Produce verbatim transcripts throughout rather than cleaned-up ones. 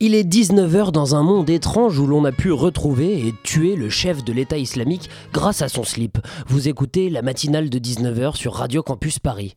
Il est dix-neuf heures dans un monde étrange où l'on a pu retrouver et tuer le chef de l'État islamique grâce à son slip. Vous écoutez la matinale de dix-neuf heures sur Radio Campus Paris.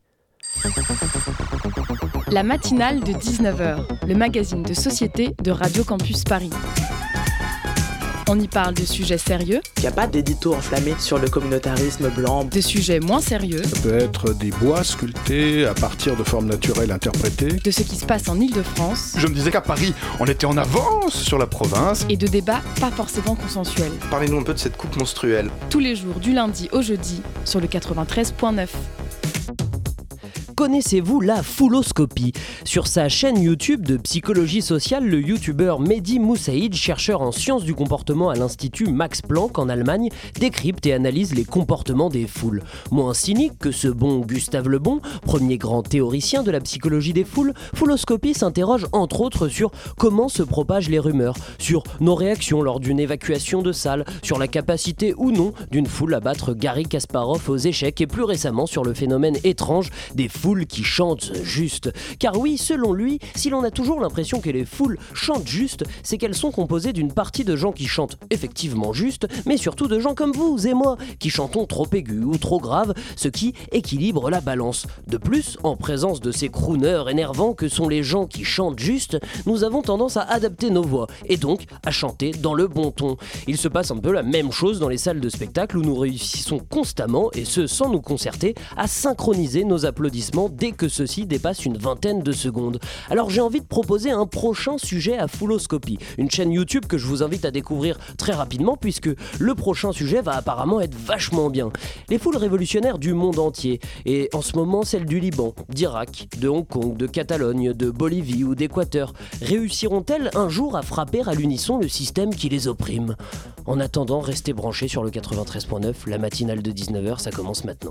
La matinale de dix-neuf heures, le magazine de société de Radio Campus Paris. On y parle de sujets sérieux. Il n'y a pas d'édito enflammé sur le communautarisme blanc. De sujets moins sérieux. Ça peut être des bois sculptés à partir de formes naturelles interprétées. De ce qui se passe en Île-de-France. Je me disais qu'à Paris, on était en avance sur la province. Et de débats pas forcément consensuels. Parlez-nous un peu de cette coupe menstruelle. Tous les jours du lundi au jeudi sur le quatre-vingt-treize neuf. Connaissez-vous la fouloscopie ? Sur sa chaîne YouTube de psychologie sociale, le youtubeur Mehdi Moussaïd, chercheur en sciences du comportement à l'Institut Max Planck en Allemagne, décrypte et analyse les comportements des foules. Moins cynique que ce bon Gustave Le Bon, premier grand théoricien de la psychologie des foules, Fouloscopie s'interroge entre autres sur comment se propagent les rumeurs, sur nos réactions lors d'une évacuation de salle, sur la capacité ou non d'une foule à battre Garry Kasparov aux échecs et plus récemment sur le phénomène étrange des foules qui chantent juste. Car oui, selon lui, si l'on a toujours l'impression que les foules chantent juste, c'est qu'elles sont composées d'une partie de gens qui chantent effectivement juste, mais surtout de gens comme vous et moi, qui chantons trop aigu ou trop grave, ce qui équilibre la balance. De plus, en présence de ces crooners énervants que sont les gens qui chantent juste, nous avons tendance à adapter nos voix, et donc à chanter dans le bon ton. Il se passe un peu la même chose dans les salles de spectacle où nous réussissons constamment, et ce sans nous concerter, à synchroniser nos applaudissements dès que ceux-ci dépassent une vingtaine de secondes. Alors j'ai envie de proposer un prochain sujet à Fouloscopie, une chaîne YouTube que je vous invite à découvrir très rapidement puisque le prochain sujet va apparemment être vachement bien. Les foules révolutionnaires du monde entier, et en ce moment celles du Liban, d'Irak, de Hong Kong, de Catalogne, de Bolivie ou d'Équateur, réussiront-elles un jour à frapper à l'unisson le système qui les opprime ? En attendant, restez branchés sur le quatre-vingt-treize neuf, la matinale de dix-neuf heures, ça commence maintenant.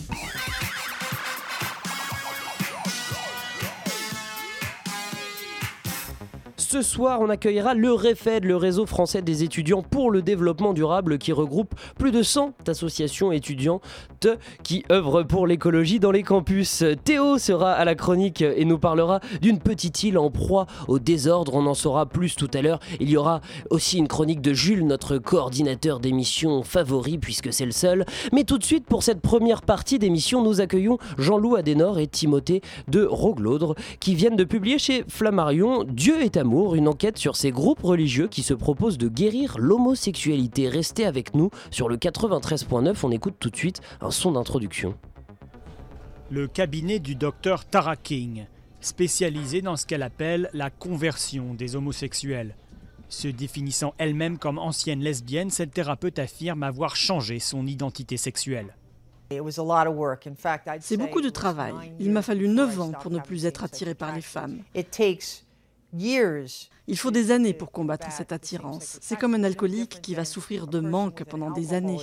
Ce soir, on accueillera le REFED, le réseau français des étudiants pour le développement durable, qui regroupe plus de cent associations étudiantes qui œuvrent pour l'écologie dans les campus. Théo sera à la chronique et nous parlera d'une petite île en proie au désordre. On en saura plus tout à l'heure. Il y aura aussi une chronique de Jules, notre coordinateur d'émission favori, puisque c'est le seul. Mais tout de suite, pour cette première partie d'émission, nous accueillons Jean-Loup Adenor et Timothée de Roglaudre, qui viennent de publier chez Flammarion Dieu est amour, une enquête sur ces groupes religieux qui se proposent de guérir l'homosexualité. Restez avec nous sur le quatre-vingt-treize neuf, on écoute tout de suite un son d'introduction. Le cabinet du docteur Tara King, spécialisé dans ce qu'elle appelle la conversion des homosexuels. Se définissant elle-même comme ancienne lesbienne, cette thérapeute affirme avoir changé son identité sexuelle. C'est beaucoup de travail. Il m'a fallu neuf ans pour ne plus être attirée par les femmes. Il faut des années pour combattre cette attirance. C'est comme un alcoolique qui va souffrir de manque pendant des années.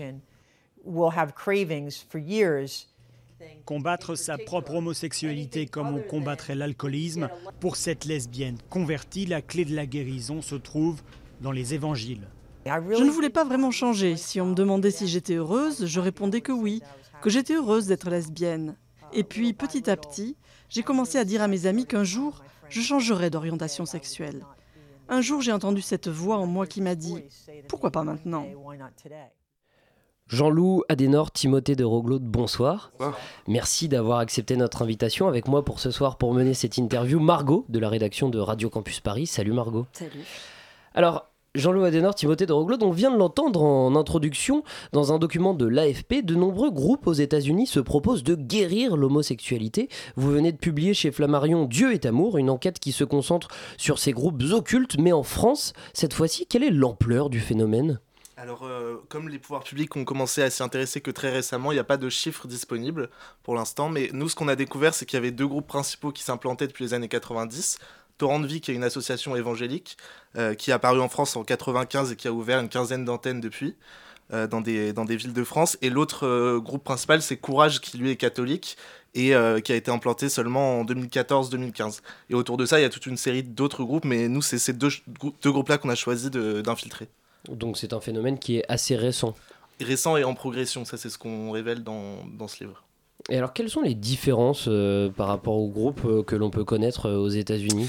Combattre sa propre homosexualité comme on combattrait l'alcoolisme, pour cette lesbienne convertie, la clé de la guérison se trouve dans les évangiles. Je ne voulais pas vraiment changer. Si on me demandait si j'étais heureuse, je répondais que oui, que j'étais heureuse d'être lesbienne. Et puis, petit à petit, j'ai commencé à dire à mes amis qu'un jour, je changerai d'orientation sexuelle. Un jour, j'ai entendu cette voix en moi qui m'a dit « Pourquoi pas maintenant ?» Jean-Loup Adenor, Timothée de Roglaudre, bonsoir. Bonsoir. Merci d'avoir accepté notre invitation. Avec moi pour ce soir, pour mener cette interview, Margot de la rédaction de Radio Campus Paris. Salut Margot. Salut. Alors, Jean-Loup Adenor, Timothée de Roglaudre, on vient de l'entendre en introduction dans un document de l'A F P. De nombreux groupes aux États-Unis se proposent de guérir l'homosexualité. Vous venez de publier chez Flammarion Dieu est amour, une enquête qui se concentre sur ces groupes occultes. Mais en France, cette fois-ci, quelle est l'ampleur du phénomène ? Alors, euh, comme les pouvoirs publics ont commencé à s'y intéresser que très récemment, il n'y a pas de chiffres disponibles pour l'instant. Mais nous, ce qu'on a découvert, c'est qu'il y avait deux groupes principaux qui s'implantaient depuis les années quatre-vingt-dix. Torrent de Vie, qui est une association évangélique, euh, qui est apparue en France en quatre-vingt-quinze et qui a ouvert une quinzaine d'antennes depuis, euh, dans, des, dans des villes de France. Et l'autre euh, groupe principal, c'est Courage, qui lui est catholique, et euh, qui a été implanté seulement en deux mille quatorze deux mille quinze. Et autour de ça, il y a toute une série d'autres groupes, mais nous, c'est ces deux, deux groupes-là qu'on a choisi de, d'infiltrer. Donc c'est un phénomène qui est assez récent. Récent et en progression, ça c'est ce qu'on révèle dans, dans ce livre. Et alors, quelles sont les différences euh, par rapport aux groupes euh, que l'on peut connaître euh, aux États-Unis ?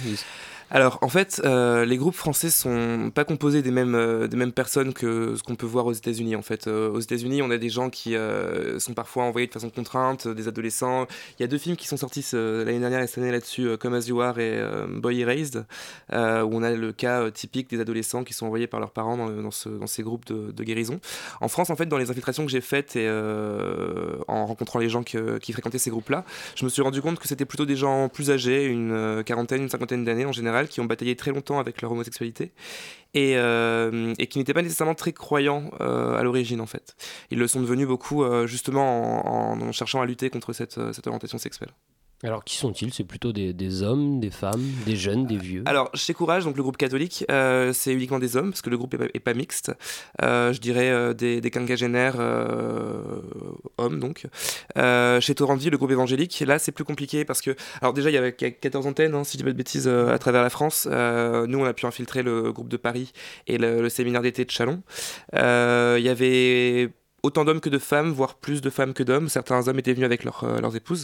Alors, en fait, euh, les groupes français sont pas composés des mêmes, euh, des mêmes personnes que ce qu'on peut voir aux États-Unis. En fait, euh, aux États-Unis, on a des gens qui euh, sont parfois envoyés de façon contrainte, euh, des adolescents. Il y a deux films qui sont sortis ce, l'année dernière et cette année là-dessus, euh, Come As You Are et euh, Boy Erased, euh, où on a le cas euh, typique des adolescents qui sont envoyés par leurs parents dans, dans, ce, dans ces groupes de, de guérison. En France, en fait, dans les infiltrations que j'ai faites et euh, en rencontrant les gens que, qui fréquentaient ces groupes-là, je me suis rendu compte que c'était plutôt des gens plus âgés, une euh, quarantaine, une cinquantaine d'années en général, qui ont bataillé très longtemps avec leur homosexualité et, euh, et qui n'étaient pas nécessairement très croyants euh, à l'origine en fait. Ils le sont devenus beaucoup euh, justement en, en, en cherchant à lutter contre cette, cette orientation sexuelle. Alors qui sont-ils ? C'est plutôt des, des hommes, des femmes, des jeunes, des vieux ? Alors chez Courage, donc le groupe catholique, euh, c'est uniquement des hommes parce que le groupe est pas, est pas mixte. Euh, je dirais euh, des, des quinquagénaires euh, hommes donc. Euh, chez Torrent-de-Vie, le groupe évangélique, là c'est plus compliqué parce que alors déjà il y avait quatorze antennes, hein, si je dis pas de bêtises, euh, à travers la France. Euh, nous on a pu infiltrer le groupe de Paris et le, le séminaire d'été de Châlons. Euh, Il y avait autant d'hommes que de femmes, voire plus de femmes que d'hommes. Certains hommes étaient venus avec leur, euh, leurs épouses.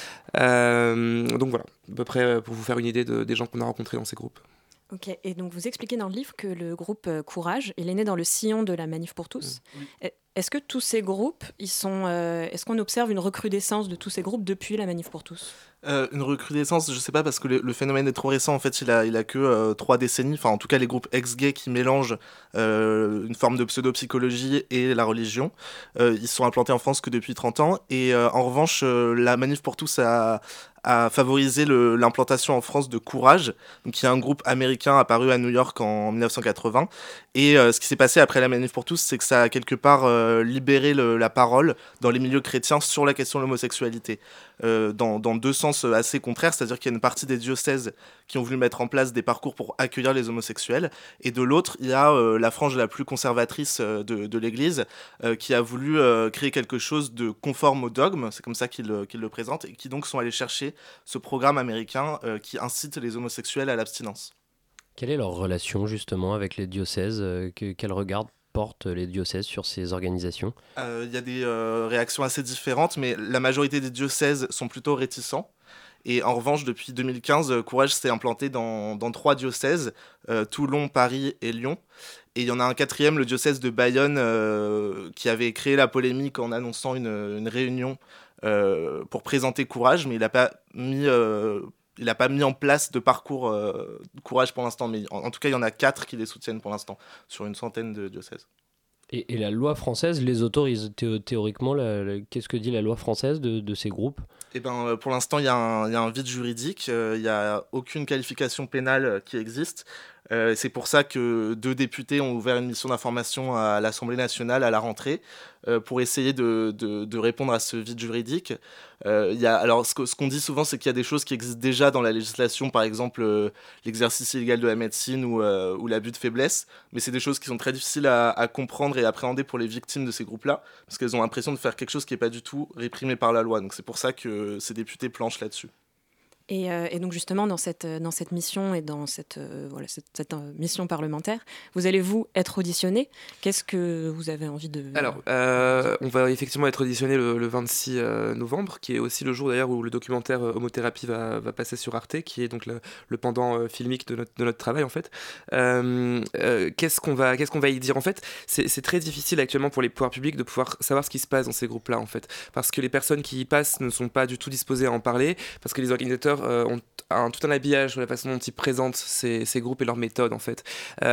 Euh, donc voilà, à peu près pour vous faire une idée de, des gens qu'on a rencontrés dans ces groupes. Ok, et donc vous expliquez dans le livre que le groupe Courage, il est né dans le sillon de la Manif pour tous. Mmh. Est-ce que tous ces groupes, ils sont, euh, est-ce qu'on observe une recrudescence de tous ces groupes depuis la Manif pour tous ? Euh, une recrudescence, je sais pas, parce que le, le phénomène est trop récent. En fait, il a, il a que euh, trois décennies. Enfin, en tout cas, les groupes ex-gays qui mélangent euh, une forme de pseudo-psychologie et la religion, euh, ils sont implantés en France que depuis trente ans. Et euh, en revanche, euh, la Manif pour tous a, a favorisé le, l'implantation en France de Courage, donc qui est un groupe américain apparu à New York en dix-neuf cent quatre-vingts. Et euh, ce qui s'est passé après la Manif pour tous, c'est que ça a quelque part euh, libéré le, la parole dans les milieux chrétiens sur la question de l'homosexualité. Euh, dans, dans deux sens assez contraires, c'est-à-dire qu'il y a une partie des diocèses qui ont voulu mettre en place des parcours pour accueillir les homosexuels, et de l'autre, il y a euh, la frange la plus conservatrice euh, de, de l'Église euh, qui a voulu euh, créer quelque chose de conforme au dogme, c'est comme ça qu'ils, qu'ils le présentent, et qui donc sont allés chercher ce programme américain euh, qui incite les homosexuels à l'abstinence. Quelle est leur relation justement avec les diocèses ? euh, que, Quel regard portent les diocèses sur ces organisations ? Il euh, y a des euh, réactions assez différentes, mais la majorité des diocèses sont plutôt réticents. Et en revanche, depuis deux mille quinze, Courage s'est implanté dans, dans trois diocèses, euh, Toulon, Paris et Lyon. Et il y en a un quatrième, le diocèse de Bayonne, euh, qui avait créé la polémique en annonçant une, une réunion euh, pour présenter Courage, mais il n'a pas mis... Euh, Il n'a pas mis en place de parcours euh, Courage pour l'instant, mais en, en tout cas, il y en a quatre qui les soutiennent pour l'instant, sur une centaine de diocèses. Et, et la loi française les autorise théo- théoriquement la, la, qu'est-ce que dit la loi française de, de ces groupes ? Eh ben, pour l'instant, il y, y a un vide juridique, il n'y a aucune qualification pénale qui existe. Euh, c'est pour ça que deux députés ont ouvert une mission d'information à l'Assemblée nationale à la rentrée euh, pour essayer de, de, de répondre à ce vide juridique. Euh, y a, alors, ce, que, ce qu'on dit souvent, c'est qu'il y a des choses qui existent déjà dans la législation, par exemple euh, l'exercice illégal de la médecine ou, euh, ou l'abus de faiblesse, mais c'est des choses qui sont très difficiles à, à comprendre et appréhender pour les victimes de ces groupes-là, parce qu'elles ont l'impression de faire quelque chose qui n'est pas du tout réprimé par la loi. Donc c'est pour ça que ces députés planchent là-dessus. Et, euh, et donc justement, dans cette, dans cette mission et dans cette, euh, voilà, cette, cette euh, mission parlementaire, vous allez, vous, être auditionné. Qu'est-ce que vous avez envie de... Alors, euh, on va effectivement être auditionné le, le vingt-six novembre, qui est aussi le jour d'ailleurs où le documentaire Homothérapie va, va passer sur Arte, qui est donc le, le pendant euh, filmique de notre, de notre travail en fait. Euh, euh, qu'est-ce, qu'on va, qu'est-ce qu'on va y dire en fait ? c'est, c'est très difficile actuellement pour les pouvoirs publics de pouvoir savoir ce qui se passe dans ces groupes-là en fait, parce que les personnes qui y passent ne sont pas du tout disposées à en parler, parce que les organisateurs Euh, ont un, tout un habillage sur la façon dont ils présentent ces, ces groupes et leurs méthodes en fait.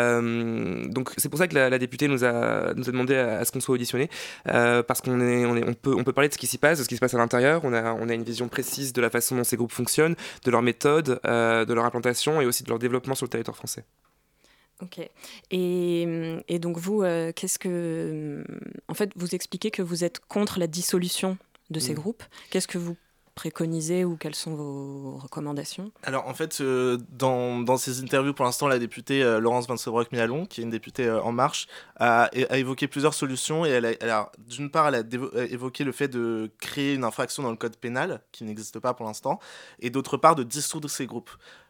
Euh, donc c'est pour ça que la, la députée nous a, nous a demandé à, à ce qu'on soit auditionné, euh, parce qu'on est, on, est, on, peut, on peut parler de ce qui s'y passe, de ce qui se passe à l'intérieur. On a, on a une vision précise de la façon dont ces groupes fonctionnent, de leurs méthodes, euh, de leur implantation et aussi de leur développement sur le territoire français. Ok. Et, et donc vous, euh, qu'est-ce que... En fait, vous expliquez que vous êtes contre la dissolution de ces mmh. groupes. Qu'est-ce que vous préconisez ou quelles sont vos recommandations ? Alors en fait, euh, dans, dans ces interviews, pour l'instant, la députée euh, Laurence Vanceubroek-Mialon, qui est une députée euh, En Marche, a, a évoqué plusieurs solutions. Et elle a, elle a, d'une part, elle a dévo- évoqué le fait de créer une infraction dans le code pénal, qui n'existe pas pour l'instant, et d'autre part, de dissoudre ces groupes.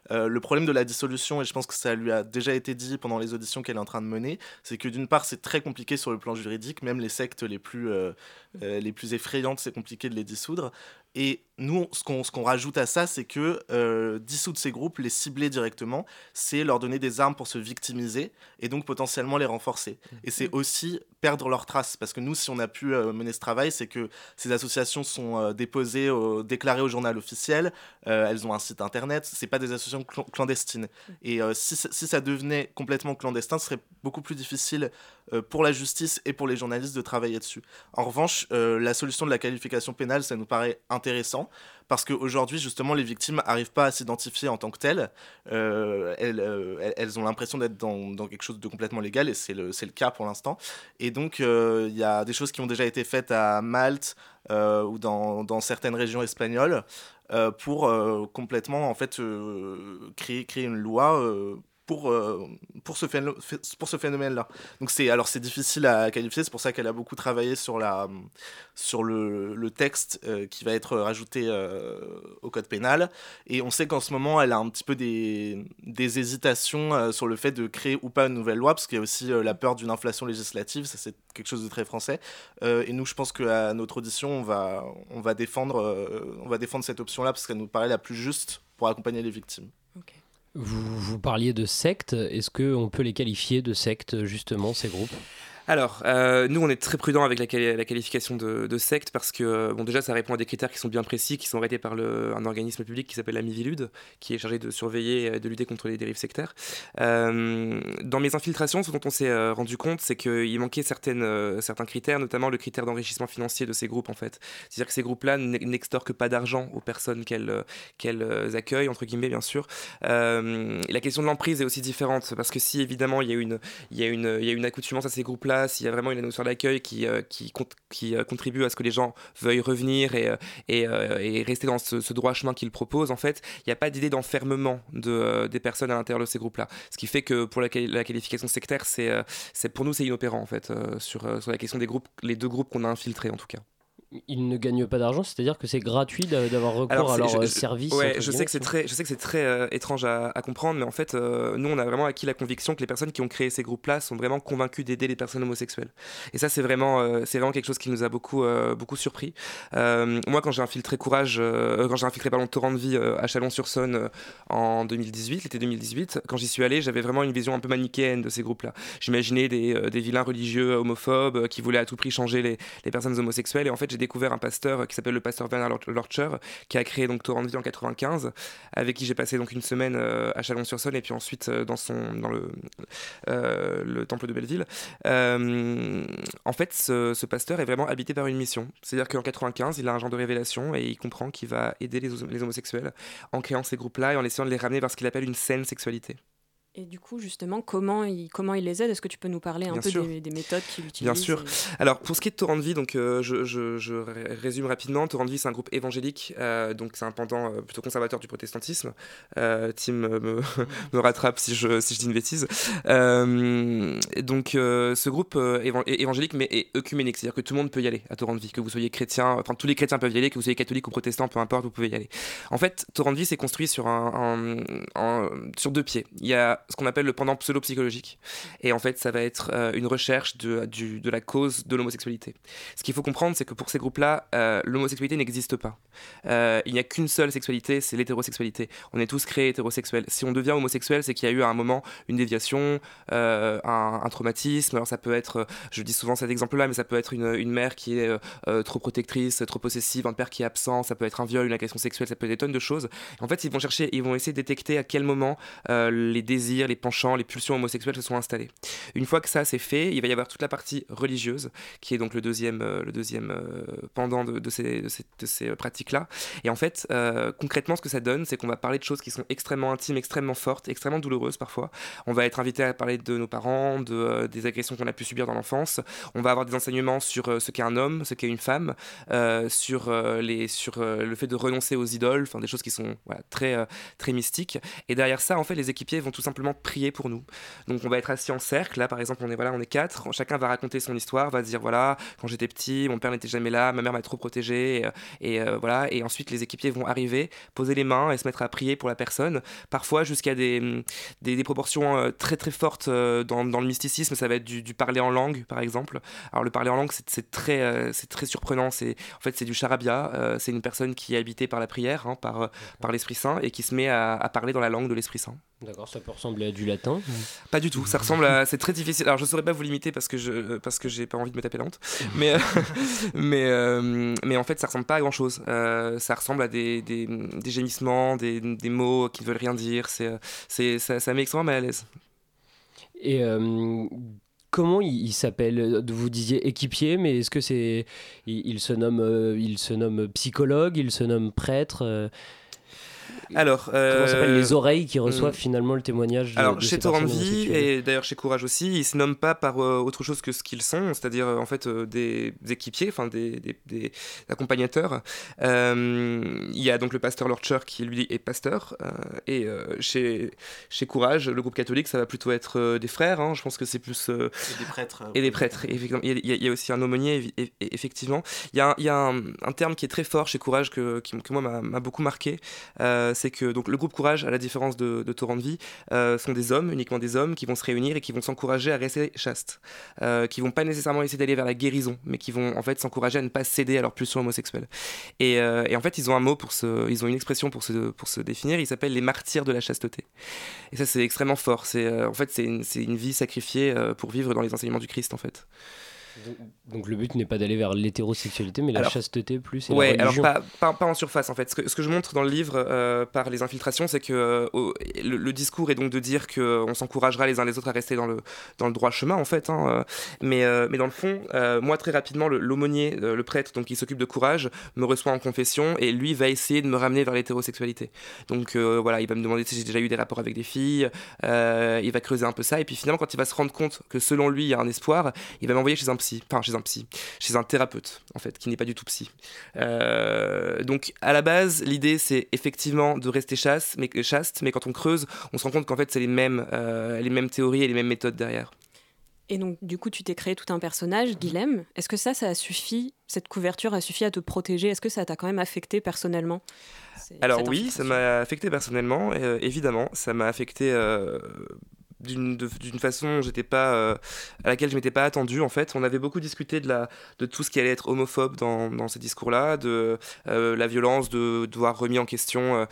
Euh, le problème de la dissolution, et je pense que ça lui a déjà été dit pendant les auditions qu'elle est en train de mener, c'est que d'une part c'est très compliqué sur le plan juridique, même les sectes les plus, euh, euh, les plus effrayantes, c'est compliqué de les dissoudre. Et nous, ce qu'on, ce qu'on rajoute à ça, c'est que euh, dissoudre ces groupes, les cibler directement, c'est leur donner des armes pour se victimiser et donc potentiellement les renforcer. Et c'est aussi perdre leurs traces, parce que nous, si on a pu euh, mener ce travail, c'est que ces associations sont euh, déposées, au, déclarées au journal officiel, euh, elles ont un site internet, c'est pas des associations cl- clandestines. Et euh, si, si ça devenait complètement clandestin, ce serait beaucoup plus difficile euh, pour la justice et pour les journalistes de travailler dessus. En revanche, euh, la solution de la qualification pénale, ça nous paraît intéressant, parce qu'aujourd'hui, justement, les victimes n'arrivent pas à s'identifier en tant que telles. Euh, elles, euh, elles ont l'impression d'être dans, dans quelque chose de complètement légal, et c'est le, c'est le cas pour l'instant. Et donc, il euh, y a des choses qui ont déjà été faites à Malte euh, ou dans, dans certaines régions espagnoles euh, pour euh, complètement, en fait, euh, créer, créer une loi euh, pour, euh, pour ce, phén- pour ce phénomène-là. Donc c'est, alors c'est difficile à qualifier, c'est pour ça qu'elle a beaucoup travaillé sur, la, sur le, le texte euh, qui va être rajouté euh, au code pénal. Et on sait qu'en ce moment, elle a un petit peu des, des hésitations euh, sur le fait de créer ou pas une nouvelle loi, parce qu'il y a aussi euh, la peur d'une inflation législative, ça c'est quelque chose de très français. Euh, et nous, je pense qu'à notre audition, on va, on va défendre, euh, on va défendre cette option-là, parce qu'elle nous paraît la plus juste pour accompagner les victimes. Okay. Vous, vous parliez de sectes, est-ce qu'on peut les qualifier de sectes, justement, ces groupes ? Alors, euh, nous, on est très prudents avec la, quali- la qualification de, de secte parce que, bon, déjà, ça répond à des critères qui sont bien précis, qui sont arrêtés par le, un organisme public qui s'appelle la Miviludes, qui est chargé de surveiller et de lutter contre les dérives sectaires. Euh, dans mes infiltrations, ce dont on s'est euh, rendu compte, c'est qu'il manquait certaines, euh, certains critères, notamment le critère d'enrichissement financier de ces groupes, en fait. C'est-à-dire que ces groupes-là n'extorquent pas d'argent aux personnes qu'elles, qu'elles accueillent, entre guillemets, bien sûr. Euh, la question de l'emprise est aussi différente, parce que si, évidemment, il y a une, il y a une, il y a une accoutumance à ces groupes-là, s'il y a vraiment une notion d'accueil qui, euh, qui, qui euh, contribue à ce que les gens veuillent revenir et, et, euh, et rester dans ce, ce droit chemin qu'ils proposent, en fait, il n'y a pas d'idée d'enfermement de, euh, des personnes à l'intérieur de ces groupes-là. Ce qui fait que pour la, la qualification sectaire, c'est, euh, c'est, pour nous, c'est inopérant, en fait, euh, sur, euh, sur la question des groupes, les deux groupes qu'on a infiltrés, en tout cas. Ils ne gagnent pas d'argent, c'est-à-dire que c'est gratuit d'avoir recours alors, à leurs services. Ouais, je sais que c'est très, je sais que c'est très euh, étrange à, à comprendre, mais en fait, euh, nous, on a vraiment acquis la conviction que les personnes qui ont créé ces groupes-là sont vraiment convaincues d'aider les personnes homosexuelles. Et ça, c'est vraiment, euh, c'est vraiment quelque chose qui nous a beaucoup, euh, beaucoup surpris. Euh, moi, quand j'ai infiltré Courage, euh, quand j'ai infiltré pardon, Torrent de Vie euh, à Chalon-sur-Saône euh, en deux mille dix-huit, l'été deux mille dix-huit, quand j'y suis allé, j'avais vraiment une vision un peu manichéenne de ces groupes-là. J'imaginais des, euh, des vilains religieux homophobes euh, qui voulaient à tout prix changer les, les personnes homosexuelles. Et en fait, j'ai découvert un pasteur qui s'appelle le pasteur Werner Lorcher, qui a créé donc Torrent de Vie en quatre-vingt-quinze, avec qui j'ai passé donc une semaine euh, à Chalon-sur-Saône et puis ensuite euh, dans, son, dans le, euh, le temple de Belleville. Euh, en fait, ce, ce pasteur est vraiment habité par une mission. C'est-à-dire qu'en quatre-vingt-quinze, il a un genre de révélation et il comprend qu'il va aider les, les homosexuels en créant ces groupes-là et en essayant de les ramener vers ce qu'il appelle une saine sexualité. Et du coup, justement, comment il, comment il les aide ? Est-ce que tu peux nous parler un Bien peu sûr. des, des méthodes qu'il utilise ? Bien sûr. Et... Alors, pour ce qui est de Torrent de Vie, donc, euh, je, je, je résume rapidement. Torrent de Vie, c'est un groupe évangélique, euh, donc c'est un pendant euh, plutôt conservateur du protestantisme. Euh, Tim me, me rattrape si je, si je dis une bêtise. Euh, donc, euh, ce groupe euh, est évangélique, mais est œcuménique, c'est-à-dire que tout le monde peut y aller à Torrent de Vie, que vous soyez chrétien, enfin tous les chrétiens peuvent y aller, que vous soyez catholique ou protestant, peu importe, vous pouvez y aller. En fait, Torrent de Vie s'est construit sur, un, un, un, sur deux pieds. Il y a ce qu'on appelle le pendant pseudo-psychologique. Et en fait, ça va être euh, une recherche de, du, de la cause de l'homosexualité. Ce qu'il faut comprendre, c'est que pour ces groupes-là, euh, l'homosexualité n'existe pas. Euh, il n'y a qu'une seule sexualité, c'est l'hétérosexualité. On est tous créés hétérosexuels. Si on devient homosexuel, c'est qu'il y a eu à un moment une déviation, euh, un, un traumatisme. Alors ça peut être, je dis souvent cet exemple-là, mais ça peut être une, une mère qui est euh, trop protectrice, trop possessive, un père qui est absent, ça peut être un viol, une agression sexuelle, ça peut être des tonnes de choses. En fait, ils vont chercher, ils vont essayer de détecter à quel moment euh, les désirs, les penchants, les pulsions homosexuelles se sont installées. Une fois que ça c'est fait, il va y avoir toute la partie religieuse qui est donc le deuxième, euh, le deuxième euh, pendant de, de, ces, de, ces, de ces pratiques-là. Et en fait, euh, concrètement, ce que ça donne, c'est qu'on va parler de choses qui sont extrêmement intimes, extrêmement fortes, extrêmement douloureuses parfois. On va être invité à parler de nos parents, de, euh, des agressions qu'on a pu subir dans l'enfance. On va avoir des enseignements sur euh, ce qu'est un homme, ce qu'est une femme, euh, sur, euh, les, sur euh, le fait de renoncer aux idoles, enfin des choses qui sont voilà, très, euh, très mystiques. Et derrière ça, en fait, les équipiers vont tout simplement simplement prier pour nous. Donc on va être assis en cercle, là par exemple on est, voilà, on est quatre, chacun va raconter son histoire, va se dire voilà, quand j'étais petit, mon père n'était jamais là, ma mère m'a trop protégé, et, et euh, voilà, et ensuite les équipiers vont arriver, poser les mains et se mettre à prier pour la personne, parfois jusqu'à des, des, des proportions euh, très très fortes euh, dans, dans le mysticisme, ça va être du, du parler en langue par exemple. Alors le parler en langue c'est, c'est, très, euh, c'est très surprenant, c'est, en fait c'est du charabia, euh, c'est une personne qui est habitée par la prière, hein, par, par l'Esprit Saint, et qui se met à, à parler dans la langue de l'Esprit Saint. D'accord, ça peut ressembler à du latin. Pas du tout, ça ressemble à... C'est très difficile. Alors je saurais pas vous limiter parce que je parce que j'ai pas envie de me taper la honte. Mais, euh, mais, euh, mais en fait ça ressemble pas à grand chose. Euh, ça ressemble à des, des, des gémissements, des, des mots qui ne veulent rien dire. C'est, c'est, ça, ça met extrêmement mal à l'aise. Et... Euh... Comment il, il s'appelle ? Vous disiez équipier, mais est-ce que c'est il, il se nomme euh, il se nomme psychologue, il se nomme prêtre euh... Alors, euh, comment s'appellent les oreilles qui reçoivent euh, finalement le témoignage de, alors, de chez ces Torrent de personnes Vie et d'ailleurs chez Courage aussi, ils se nomment pas par euh, autre chose que ce qu'ils sont, c'est-à-dire euh, en fait euh, des, des équipiers, enfin des, des, des accompagnateurs. Euh, il y a donc le pasteur Lorcher qui lui est pasteur, euh, et euh, chez chez Courage, le groupe catholique, ça va plutôt être euh, des frères. Hein, je pense que c'est plus euh, et des prêtres. Euh, et des prêtres. Et, il, y a, il y a aussi un aumônier, et, et, effectivement. Il y a, un, il y a un, un terme qui est très fort chez Courage que, qui, que moi m'a, m'a beaucoup marqué, euh, c'est que donc le groupe Courage, à la différence de, de Torrent de Vie, euh, sont des hommes, uniquement des hommes, qui vont se réunir et qui vont s'encourager à rester chastes, euh, qui vont pas nécessairement essayer d'aller vers la guérison, mais qui vont en fait s'encourager à ne pas céder à leur pulsion homosexuelle. Et, euh, et en fait, ils ont un mot pour se, ils ont une expression pour se, pour se définir. Ils s'appellent les martyrs de la chasteté. Et ça, c'est extrêmement fort. C'est, euh, en fait, c'est une, c'est une vie sacrifiée euh, pour vivre dans les enseignements du Christ, en fait. Donc, donc le but n'est pas d'aller vers l'hétérosexualité, mais alors, la chasteté plus et ouais, la religion. alors pas, pas, pas en surface en fait. Ce que, ce que je montre dans le livre euh, par les infiltrations, c'est que euh, au, le, le discours est donc de dire qu'on s'encouragera les uns les autres à rester dans le, dans le droit chemin en fait. Hein, euh, mais, euh, mais dans le fond, euh, moi très rapidement, le, l'aumônier, euh, le prêtre donc, qui s'occupe de Courage, me reçoit en confession et lui va essayer de me ramener vers l'hétérosexualité. Donc euh, voilà, il va me demander si j'ai déjà eu des rapports avec des filles, euh, il va creuser un peu ça et puis finalement quand il va se rendre compte que selon lui il y a un espoir, il va m'envoyer chez un psy, enfin chez un psy. chez un thérapeute, en fait, qui n'est pas du tout psy. Euh, donc, à la base, l'idée, c'est effectivement de rester chaste, mais, chaste, mais quand on creuse, on se rend compte qu'en fait, c'est les mêmes, euh, les mêmes théories et les mêmes méthodes derrière. Et donc, du coup, tu t'es créé tout un personnage, Guilhem. Est-ce que ça, ça a suffi, cette couverture a suffi à te protéger ? Est-ce que ça t'a quand même affecté personnellement ? Alors oui, ça m'a affecté personnellement, euh, évidemment. Ça m'a affecté... Euh, D'une, de, d'une façon j'étais pas, euh, à laquelle je m'étais pas attendu en fait. On avait beaucoup discuté de, la, de tout ce qui allait être homophobe dans, dans ces discours-là, de euh, la violence de devoir remis en question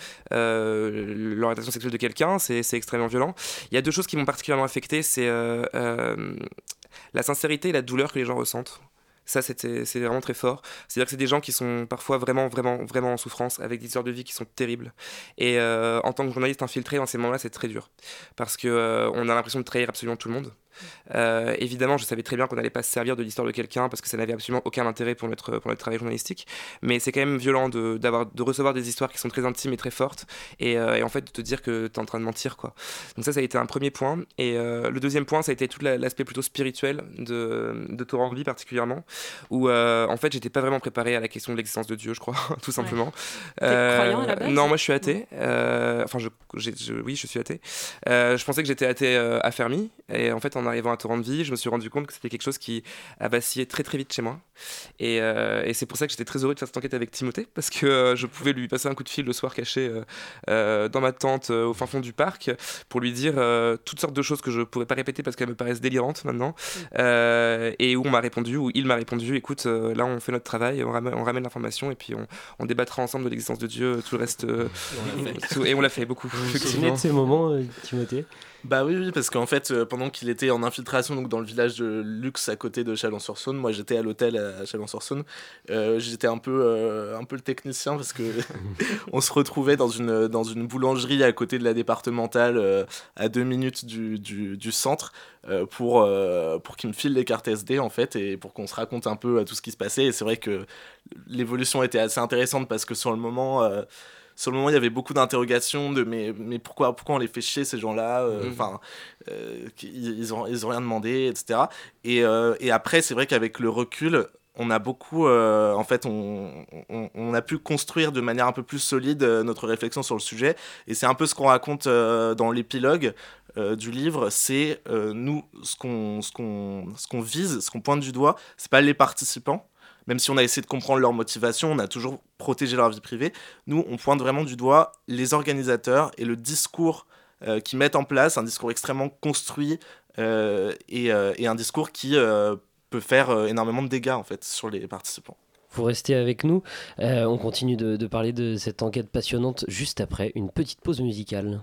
euh, l'orientation sexuelle de quelqu'un, c'est, c'est extrêmement violent. Il y a deux choses qui m'ont particulièrement affecté, c'est euh, euh, la sincérité et la douleur que les gens ressentent. Ça, c'était, c'est vraiment très fort. C'est-à-dire que c'est des gens qui sont parfois vraiment, vraiment, vraiment en souffrance, avec des histoires de vie qui sont terribles. Et euh, en tant que journaliste infiltré, dans ces moments-là, c'est très dur. Parce qu'on euh, a l'impression de trahir absolument tout le monde. Euh, évidemment, je savais très bien qu'on n'allait pas se servir de l'histoire de quelqu'un parce que ça n'avait absolument aucun intérêt pour notre, pour notre travail journalistique. Mais c'est quand même violent de, d'avoir, de recevoir des histoires qui sont très intimes et très fortes et, euh, et en fait de te dire que tu es en train de mentir, quoi. Donc ça, ça a été un premier point. Et euh, le deuxième point, ça a été tout la, l'aspect plutôt spirituel de, de Torrent de Vie particulièrement, où euh, en fait, j'étais pas vraiment préparé à la question de l'existence de Dieu, je crois, tout simplement. Ouais. Euh, T'es croyant à la base ? Non, moi je suis athée. Euh, enfin, je, j'ai, je, oui, je suis athée. Euh, je pensais que j'étais athée euh, affermi. Et en fait, en arrivant à Torrent de Vie, je me suis rendu compte que c'était quelque chose qui a vacillé très très vite chez moi. Et, euh, et c'est pour ça que j'étais très heureux de faire cette enquête avec Timothée, parce que euh, je pouvais lui passer un coup de fil le soir caché euh, euh, dans ma tente euh, au fin fond du parc pour lui dire euh, toutes sortes de choses que je ne pourrais pas répéter parce qu'elles me paraissent délirantes maintenant. Euh, et où on m'a répondu, où il m'a répondu, écoute, euh, là on fait notre travail, on ramène, on ramène l'information et puis on, on débattra ensemble de l'existence de Dieu, tout le reste. Euh, tout, et on l'a fait beaucoup. Vous vous souvenez de ces moments, euh, Timothée ? Bah oui, oui, parce qu'en fait, euh, pendant qu'il était en infiltration donc dans le village de Lux à côté de Chalon-sur-Saône, moi j'étais à l'hôtel à Chalon-sur-Saône, euh, j'étais un peu, euh, un peu le technicien parce que on se retrouvait dans une, dans une boulangerie à côté de la départementale, euh, à deux minutes du, du, du centre, euh, pour, euh, pour qu'il me file les cartes S D en fait, et pour qu'on se raconte un peu à tout ce qui se passait. Et c'est vrai que l'évolution était assez intéressante parce que sur le moment... Euh, Sur le moment, il y avait beaucoup d'interrogations de mais, mais pourquoi, pourquoi on les fait chier ces gens-là, enfin, euh, euh, ils, ils, ont, ils ont rien demandé, et cetera. Et, euh, et après, c'est vrai qu'avec le recul, on a beaucoup, euh, en fait, on, on, on a pu construire de manière un peu plus solide euh, notre réflexion sur le sujet. Et c'est un peu ce qu'on raconte euh, dans l'épilogue. euh, du livre, c'est euh, nous, ce qu'on, ce, qu'on, ce qu'on vise, ce qu'on pointe du doigt, c'est pas les participants. Même si on a essayé de comprendre leur motivation, on a toujours protégé leur vie privée. Nous, on pointe vraiment du doigt les organisateurs et le discours euh, qu'ils mettent en place, un discours extrêmement construit euh, et, euh, et un discours qui euh, peut faire euh, énormément de dégâts en fait, sur les participants. Vous restez avec nous. Euh, on continue de, de parler de cette enquête passionnante juste après une petite pause musicale.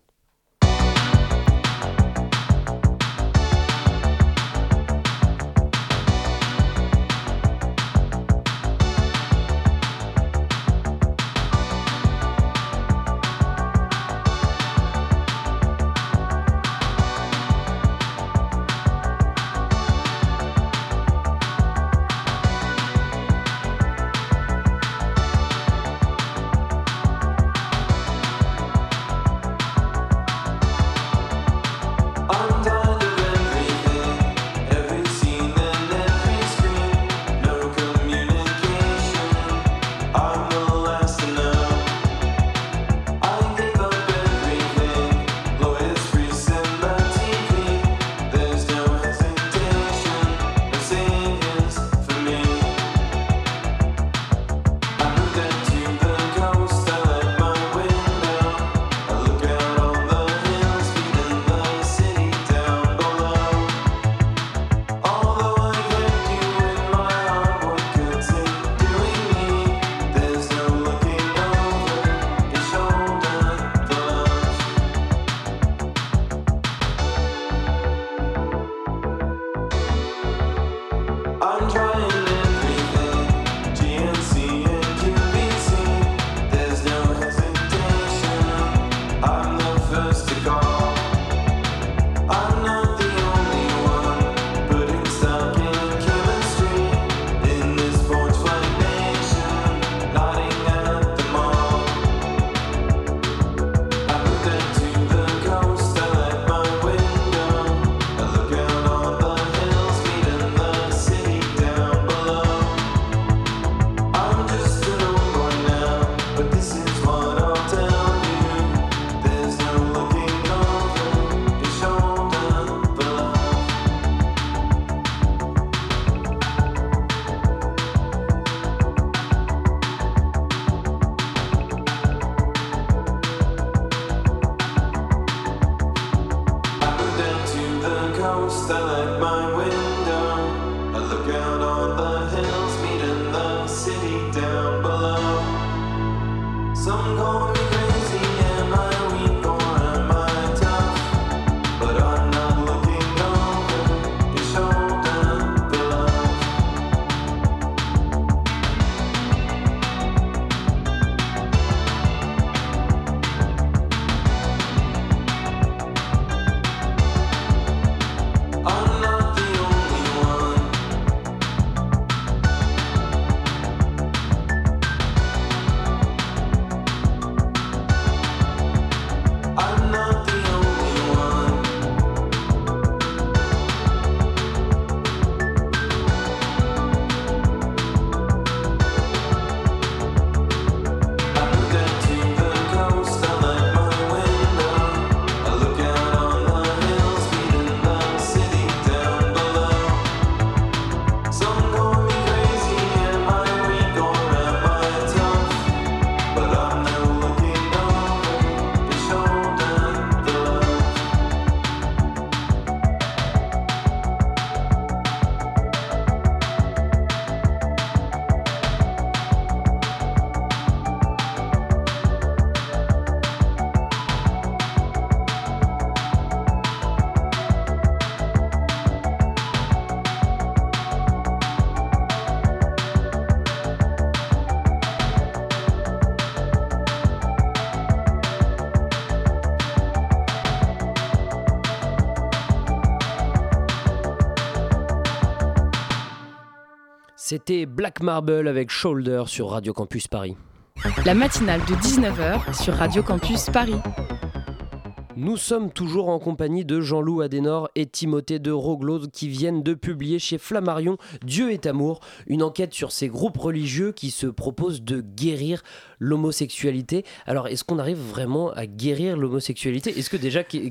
C'était Black Marble avec Shoulder sur Radio Campus Paris. La matinale de dix-neuf heures sur Radio Campus Paris. Nous sommes toujours en compagnie de Jean-Loup Adenor et Timothée de Roglaude qui viennent de publier chez Flammarion Dieu est amour, une enquête sur ces groupes religieux qui se proposent de guérir l'homosexualité. Alors, est-ce qu'on arrive vraiment à guérir l'homosexualité ? Est-ce que déjà,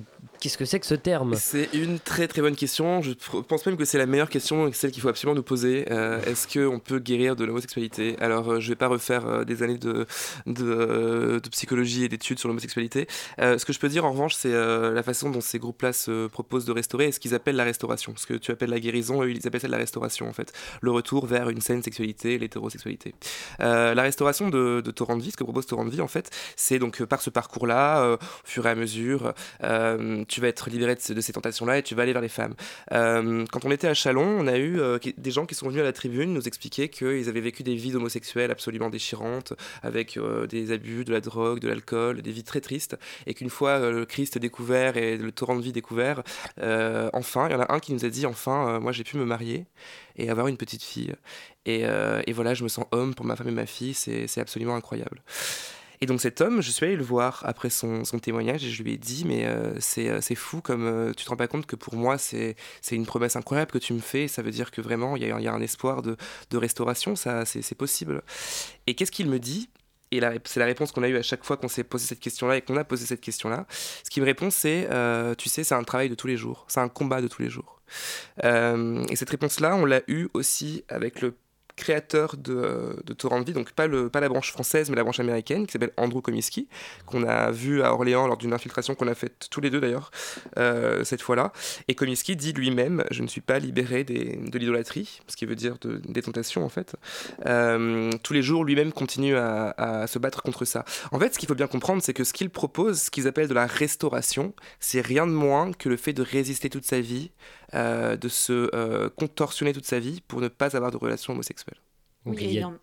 Qu'est-ce que c'est que ce terme ? C'est une très très bonne question. Je pense même que c'est la meilleure question, celle qu'il faut absolument nous poser. Euh, est-ce qu'on peut guérir de l'homosexualité ? Alors, euh, je ne vais pas refaire euh, des années de, de, euh, de psychologie et d'études sur l'homosexualité. Euh, ce que je peux dire en revanche, c'est euh, la façon dont ces groupes-là se proposent de restaurer et ce qu'ils appellent la restauration. Ce que tu appelles la guérison, eux, ils appellent ça de la restauration en fait. Le retour vers une saine sexualité, l'hétérosexualité. Euh, la restauration de, de Torrent de Vie, ce que propose Torrent de Vie en fait, c'est donc euh, par ce parcours-là, euh, au fur et à mesure, euh, tu vas être libéré de, de ces tentations-là et tu vas aller vers les femmes. Euh, quand on était à Châlons, on a eu euh, des gens qui sont venus à la tribune nous expliquer qu'ils avaient vécu des vies d'homosexuels absolument déchirantes, avec euh, des abus, de la drogue, de l'alcool, des vies très tristes, et qu'une fois euh, le Christ découvert et le torrent de vie découvert, euh, enfin, il y en a un qui nous a dit, enfin, euh, moi j'ai pu me marier et avoir une petite fille. Et, euh, et voilà, je me sens homme pour ma femme et ma fille, c'est, c'est absolument incroyable. Et donc cet homme, je suis allé le voir après son, son témoignage et je lui ai dit, mais euh, c'est, c'est fou comme euh, tu te rends pas compte que pour moi, c'est, c'est une promesse incroyable que tu me fais. Ça veut dire que vraiment, il y a, y a un espoir de, de restauration, ça, c'est, c'est possible. Et qu'est-ce qu'il me dit ? Et la, c'est la réponse qu'on a eue à chaque fois qu'on s'est posé cette question-là et qu'on a posé cette question-là. Ce qu'il me répond, c'est, euh, tu sais, c'est un travail de tous les jours, c'est un combat de tous les jours. Euh, et cette réponse-là, on l'a eue aussi avec le créateur de, de Torrent de Vie, donc pas, le, pas la branche française mais la branche américaine, qui s'appelle Andrew Comiskey, qu'on a vu à Orléans lors d'une infiltration qu'on a faite tous les deux d'ailleurs euh, cette fois-là. Et Comiskey dit lui-même, je ne suis pas libéré des, de l'idolâtrie, ce qui veut dire de, des tentations en fait. Euh, tous les jours lui-même continue à, à se battre contre ça. En fait, ce qu'il faut bien comprendre, c'est que ce qu'il propose, ce qu'ils appellent de la restauration, c'est rien de moins que le fait de résister toute sa vie, euh, de se euh, contorsionner toute sa vie pour ne pas avoir de relation homosexuelle. Oui, il y a...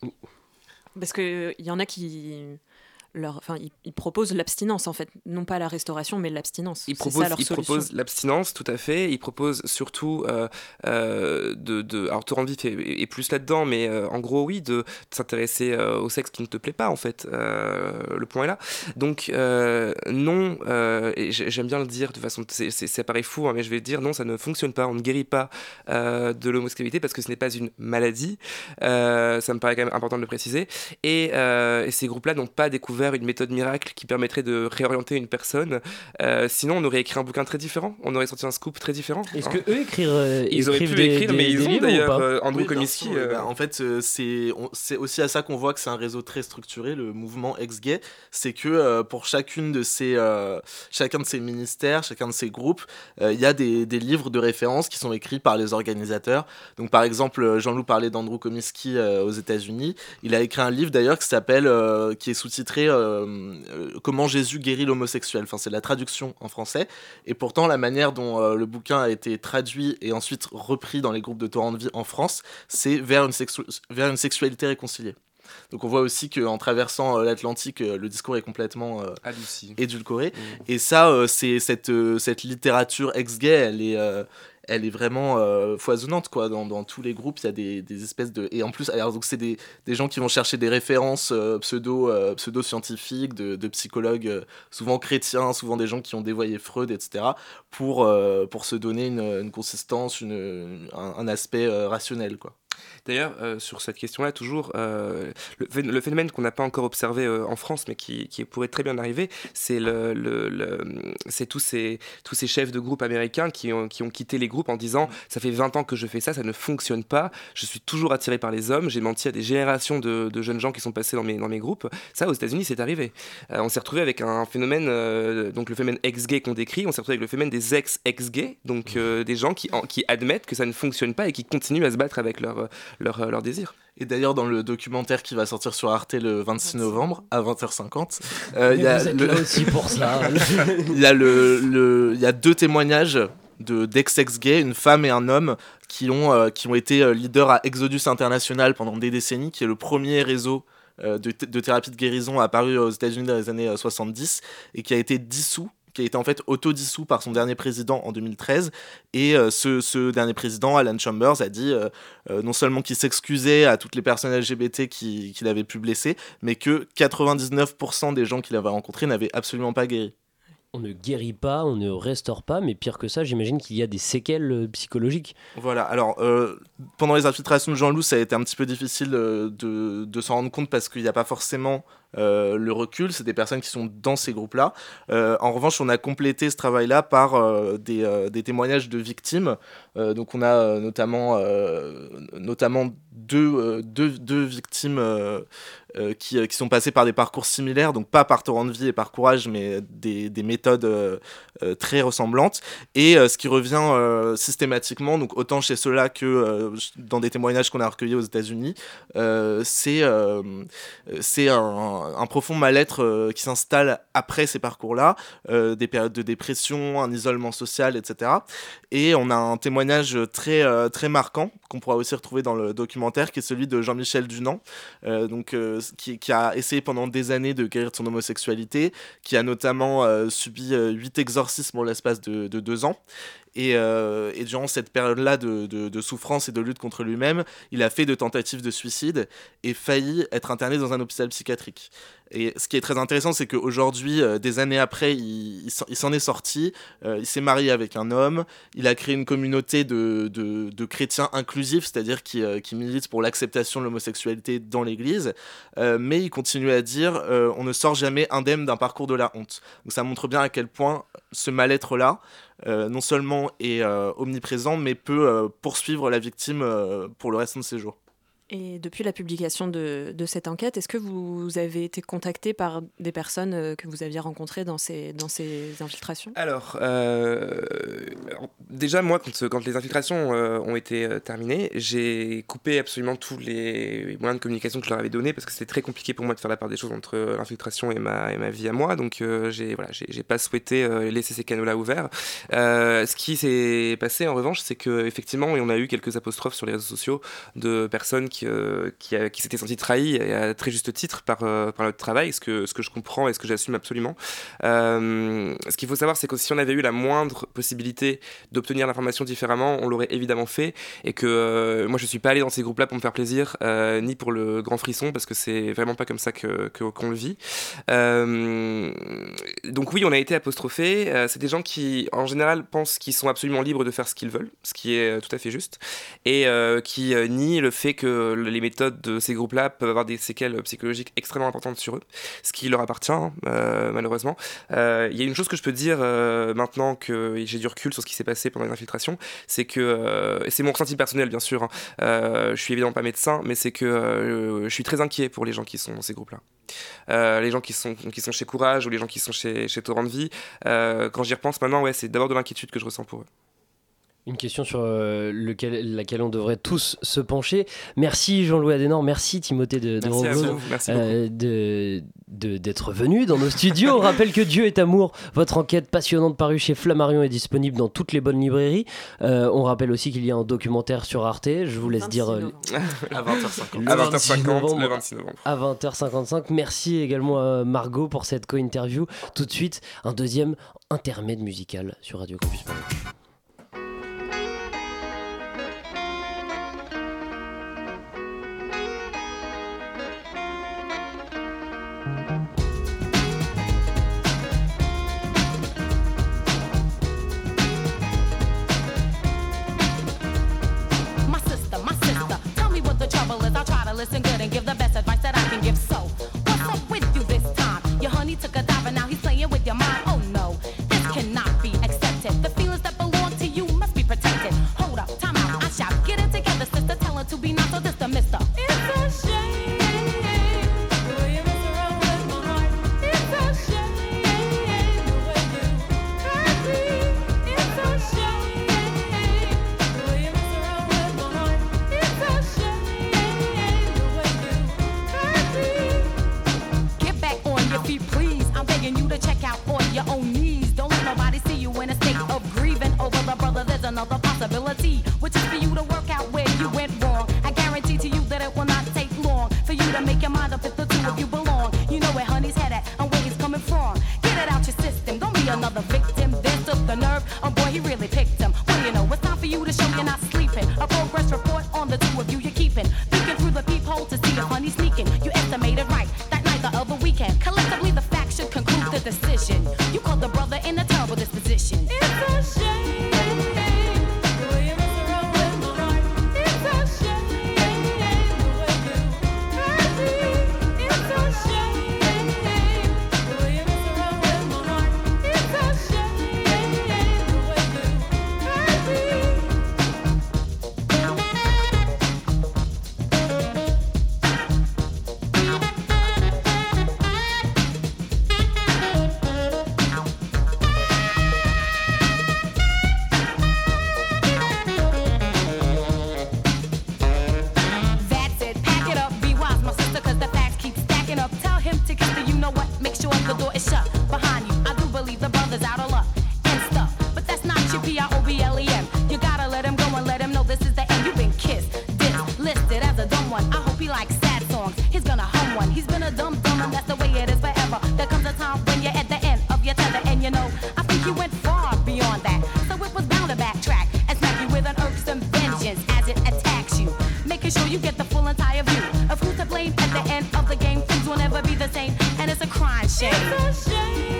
Parce qu'il y en a qui... Leur, enfin, ils, ils proposent l'abstinence en fait, non pas la restauration mais l'abstinence. Ils c'est proposent, ça leur ils solution. proposent l'abstinence, tout à fait. Ils proposent surtout euh, euh, de, de, alors Torrent de Vie est, est plus là-dedans, mais euh, en gros oui, de, de s'intéresser euh, au sexe qui ne te plaît pas en fait. Euh, le point est là. Donc euh, non, euh, et j'aime bien le dire de façon, c'est, c'est, ça paraît fou, hein, mais je vais le dire, non, ça ne fonctionne pas. On ne guérit pas euh, de l'homosexualité parce que ce n'est pas une maladie. Euh, ça me paraît quand même important de le préciser. Et, euh, et ces groupes-là n'ont pas découvert une méthode miracle qui permettrait de réorienter une personne. Euh, sinon, on aurait écrit un bouquin très différent. On aurait sorti un scoop très différent. Est-ce hein. que eux écrire, euh, ils auraient pu des, écrire, des, mais ils des ont d'ailleurs euh, Andrew oui, Comiskey. Euh... Bah, en fait, euh, c'est, on, c'est aussi à ça qu'on voit que c'est un réseau très structuré, le mouvement ex-gay. C'est que euh, pour chacune de ces, euh, chacun de ces ministères, chacun de ces groupes, il euh, y a des, des livres de référence qui sont écrits par les organisateurs. Donc, par exemple, Jean-Loup parlait d'Andrew Comiskey euh, aux États-Unis. Il a écrit un livre d'ailleurs qui s'appelle, euh, qui est sous-titré euh, Comment Jésus guérit l'homosexuel. Enfin, c'est la traduction en français. Et pourtant, la manière dont euh, le bouquin a été traduit et ensuite repris dans les groupes de Torrent de Vie en France, c'est vers une, sexu- vers une sexualité réconciliée. Donc on voit aussi qu'en traversant euh, l'Atlantique, euh, le discours est complètement euh, édulcoré. Mmh. Et ça, euh, c'est cette, euh, cette littérature ex-gay, elle est... Euh, elle est vraiment euh, foisonnante quoi. Dans, dans tous les groupes il y a des, des espèces de et en plus alors donc c'est des, des gens qui vont chercher des références euh, pseudo euh, pseudo scientifiques de, de psychologues euh, souvent chrétiens, souvent des gens qui ont dévoyé Freud, etc., pour euh, pour se donner une, une consistance, une, une un, un aspect euh, rationnel quoi. D'ailleurs, euh, sur cette question-là, toujours, euh, le, le phénomène qu'on n'a pas encore observé euh, en France, mais qui, qui pourrait très bien arriver, c'est, le, le, le, c'est tous, ces, tous ces chefs de groupe américains qui ont, qui ont quitté les groupes en disant « ça fait vingt ans que je fais ça, ça ne fonctionne pas, je suis toujours attiré par les hommes, j'ai menti à des générations de, de jeunes gens qui sont passés dans mes, dans mes groupes ». Ça, aux États-Unis, c'est arrivé. Euh, on s'est retrouvé avec un phénomène, euh, donc le phénomène ex-gay qu'on décrit, on s'est retrouvé avec le phénomène des ex-ex-gays, donc euh, des gens qui, en, qui admettent que ça ne fonctionne pas et qui continuent à se battre avec leur leur, leur désir. Et d'ailleurs, dans le documentaire qui va sortir sur Arte le vingt-six novembre à vingt heures cinquante, euh, il y a vous êtes le... là aussi pour ça. Il y a le, le, il y a deux témoignages de d'ex-ex-gays, une femme et un homme qui ont euh, qui ont été leaders à Exodus International pendant des décennies, qui est le premier réseau euh, de, de thérapie de guérison apparu aux États-Unis dans les années soixante-dix et qui a été dissous. Qui a été en fait autodissous par son dernier président en deux mille treize. Et euh, ce, ce dernier président, Alan Chambers, a dit euh, euh, non seulement qu'il s'excusait à toutes les personnes L G B T qui, qu'il avait pu blesser, mais que quatre-vingt-dix-neuf pour cent des gens qu'il avait rencontrés n'avaient absolument pas guéri. On ne guérit pas, on ne restaure pas, mais pire que ça, j'imagine qu'il y a des séquelles psychologiques. Voilà, alors euh, pendant les infiltrations de Jean-Loup, ça a été un petit peu difficile euh, de, de s'en rendre compte parce qu'il n'y a pas forcément euh, le recul, c'est des personnes qui sont dans ces groupes-là. Euh, en revanche, on a complété ce travail-là par euh, des, euh, des témoignages de victimes. Euh, donc on a euh, notamment, euh, notamment deux, euh, deux, deux victimes euh, euh, qui, euh, qui sont passées par des parcours similaires, donc pas par torrent de vie et par courage, mais des, des méthodes euh, euh, très ressemblantes. Et euh, ce qui revient euh, systématiquement, donc autant chez ceux-là que euh, dans des témoignages qu'on a recueillis aux États-Unis, euh, c'est, euh, c'est un, un profond mal-être euh, qui s'installe après ces parcours-là, euh, des périodes de dépression, un isolement social, et cetera. Et on a un témoignage très, euh, très marquant qu'on pourra aussi retrouver dans le documentaire, qui est celui de Jean-Michel Dunant, euh, donc, euh, qui, qui a essayé pendant des années de guérir de son homosexualité, qui a notamment euh, subi euh, huit exorcismes en l'espace de, de deux ans. Et, euh, et durant cette période-là de, de, de souffrance et de lutte contre lui-même, il a fait de tentatives de suicide et failli être interné dans un hôpital psychiatrique. Et ce qui est très intéressant, c'est qu'aujourd'hui, euh, des années après, il, il s'en est sorti, euh, il s'est marié avec un homme, il a créé une communauté de, de, de chrétiens inclusifs, c'est-à-dire qui, euh, qui militent pour l'acceptation de l'homosexualité dans l'Église, euh, mais il continue à dire euh, on ne sort jamais indemne d'un parcours de la honte. Donc ça montre bien à quel point ce mal-être-là, euh, non seulement est euh, omniprésent, mais peut euh, poursuivre la victime euh, pour le reste de ses jours. Et depuis la publication de, de cette enquête, est-ce que vous avez été contacté par des personnes euh, que vous aviez rencontrées dans ces, dans ces infiltrations ? Alors, euh, déjà, moi, quand, quand les infiltrations euh, ont été euh, terminées, j'ai coupé absolument tous les moyens de communication que je leur avais donnés parce que c'était très compliqué pour moi de faire la part des choses entre l'infiltration et ma, et ma vie à moi. Donc, euh, j'ai, voilà, j'ai, j'ai pas souhaité euh, laisser ces canaux-là ouverts. Euh, ce qui s'est passé, en revanche, c'est qu'effectivement, on a eu quelques apostrophes sur les réseaux sociaux de personnes qui Euh, qui, a, qui s'était senti trahi et à très juste titre par, euh, par notre travail, ce que, ce que je comprends et ce que j'assume absolument. Euh, ce qu'il faut savoir, c'est que si on avait eu la moindre possibilité d'obtenir l'information différemment, on l'aurait évidemment fait, et que euh, moi je suis pas allé dans ces groupes-là pour me faire plaisir, euh, ni pour le grand frisson, parce que c'est vraiment pas comme ça que, que, qu'on le vit. Euh, donc oui, on a été apostrophés. Euh, c'est des gens qui, en général, pensent qu'ils sont absolument libres de faire ce qu'ils veulent, ce qui est tout à fait juste, et euh, qui euh, nient le fait que les méthodes de ces groupes-là peuvent avoir des séquelles psychologiques extrêmement importantes sur eux, ce qui leur appartient, hein, euh, malheureusement. Il euh, y a une chose que je peux dire euh, maintenant que j'ai du recul sur ce qui s'est passé pendant les infiltrations, c'est que, euh, et c'est mon ressenti personnel bien sûr, hein, euh, je suis évidemment pas médecin, mais c'est que euh, je suis très inquiet pour les gens qui sont dans ces groupes-là. Euh, les gens qui sont, qui sont chez Courage ou les gens qui sont chez, chez Torrent de Vie, euh, quand j'y repense maintenant, ouais, c'est d'abord de l'inquiétude que je ressens pour eux. Une question sur euh, lequel, laquelle on devrait tous se pencher. Merci Jean-Louis Adenor, merci Timothée de, de merci Rogos, à vous, merci euh, de, de, d'être venu dans nos studios. On rappelle que Dieu est amour, votre enquête passionnante parue chez Flammarion est disponible dans toutes les bonnes librairies. Euh, on rappelle aussi qu'il y a un documentaire sur Arte, je vous laisse dire... Euh, à vingt heures cinquante. À vingt heures cinquante, le vingt-six novembre. À vingt heures cinquante-cinq. Merci également à Margot pour cette co-interview. Tout de suite, un deuxième intermède musical sur Radio Campus Paris. Listen good and give the best advice that I can give. So, what's up with you this time? Your honey took a dive and now he's playing with your mind. Oh no, this cannot be accepted. The feelings that belong to you must be protected. Hold up, time out, I shout. Get it together, sister. Tell her to be not so this the mister. It's a shame the way you mess around with my heart. It's a shame the way you hurt me. It's a shame the way you mess around with my heart. It's a shame. Please, I'm begging you to check out on your own knees. Don't let nobody see you in a state of grieving over the brother. There's another possibility, which is for you to work out where you went wrong. I guarantee to you that it will not take long for you to make your mind up if the two of you belong. You know where honey's head at and where he's coming from. Get it out your system, don't be another victim. This took the nerve, oh boy, he really picked him. What do you know, it's time for you to show you're not sleeping. A progress report on the two of you you're keeping. Peeking through the peephole to see if honey's sneaking. You estimated right, that night the other weekend. Collectively the facts should conclude the decision. You called the brother in a terrible disposition. It's a shame the way you mess around with my heart. It's a shame the way you hurt me. It's a shame P I O B L E M. You gotta let him go and let him know this is the end. You've been kissed, dissed, listed as a dumb one. I hope he likes sad songs. He's gonna hum one. He's been a dumb dumb and that's the way it is forever. There comes a time when you're at the end of your tether and you know, I think you went far beyond that. So it was bound to backtrack and smack you with an irksome vengeance as it attacks you. Making sure you get the full entire view of who's to blame at the end of the game. Things will never be the same and it's a crying shame. It's a shame.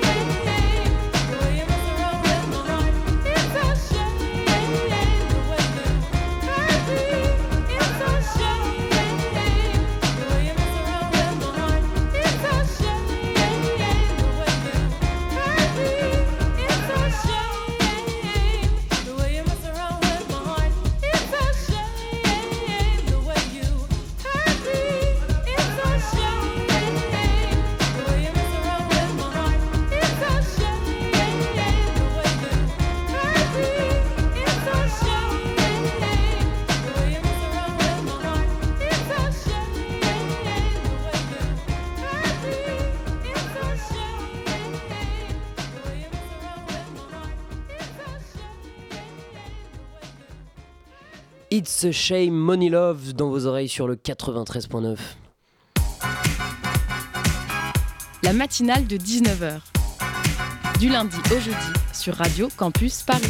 It's a Shame, Money Love dans vos oreilles sur le quatre-vingt-treize point neuf. La matinale de dix-neuf heures. Du lundi au jeudi sur Radio Campus Paris.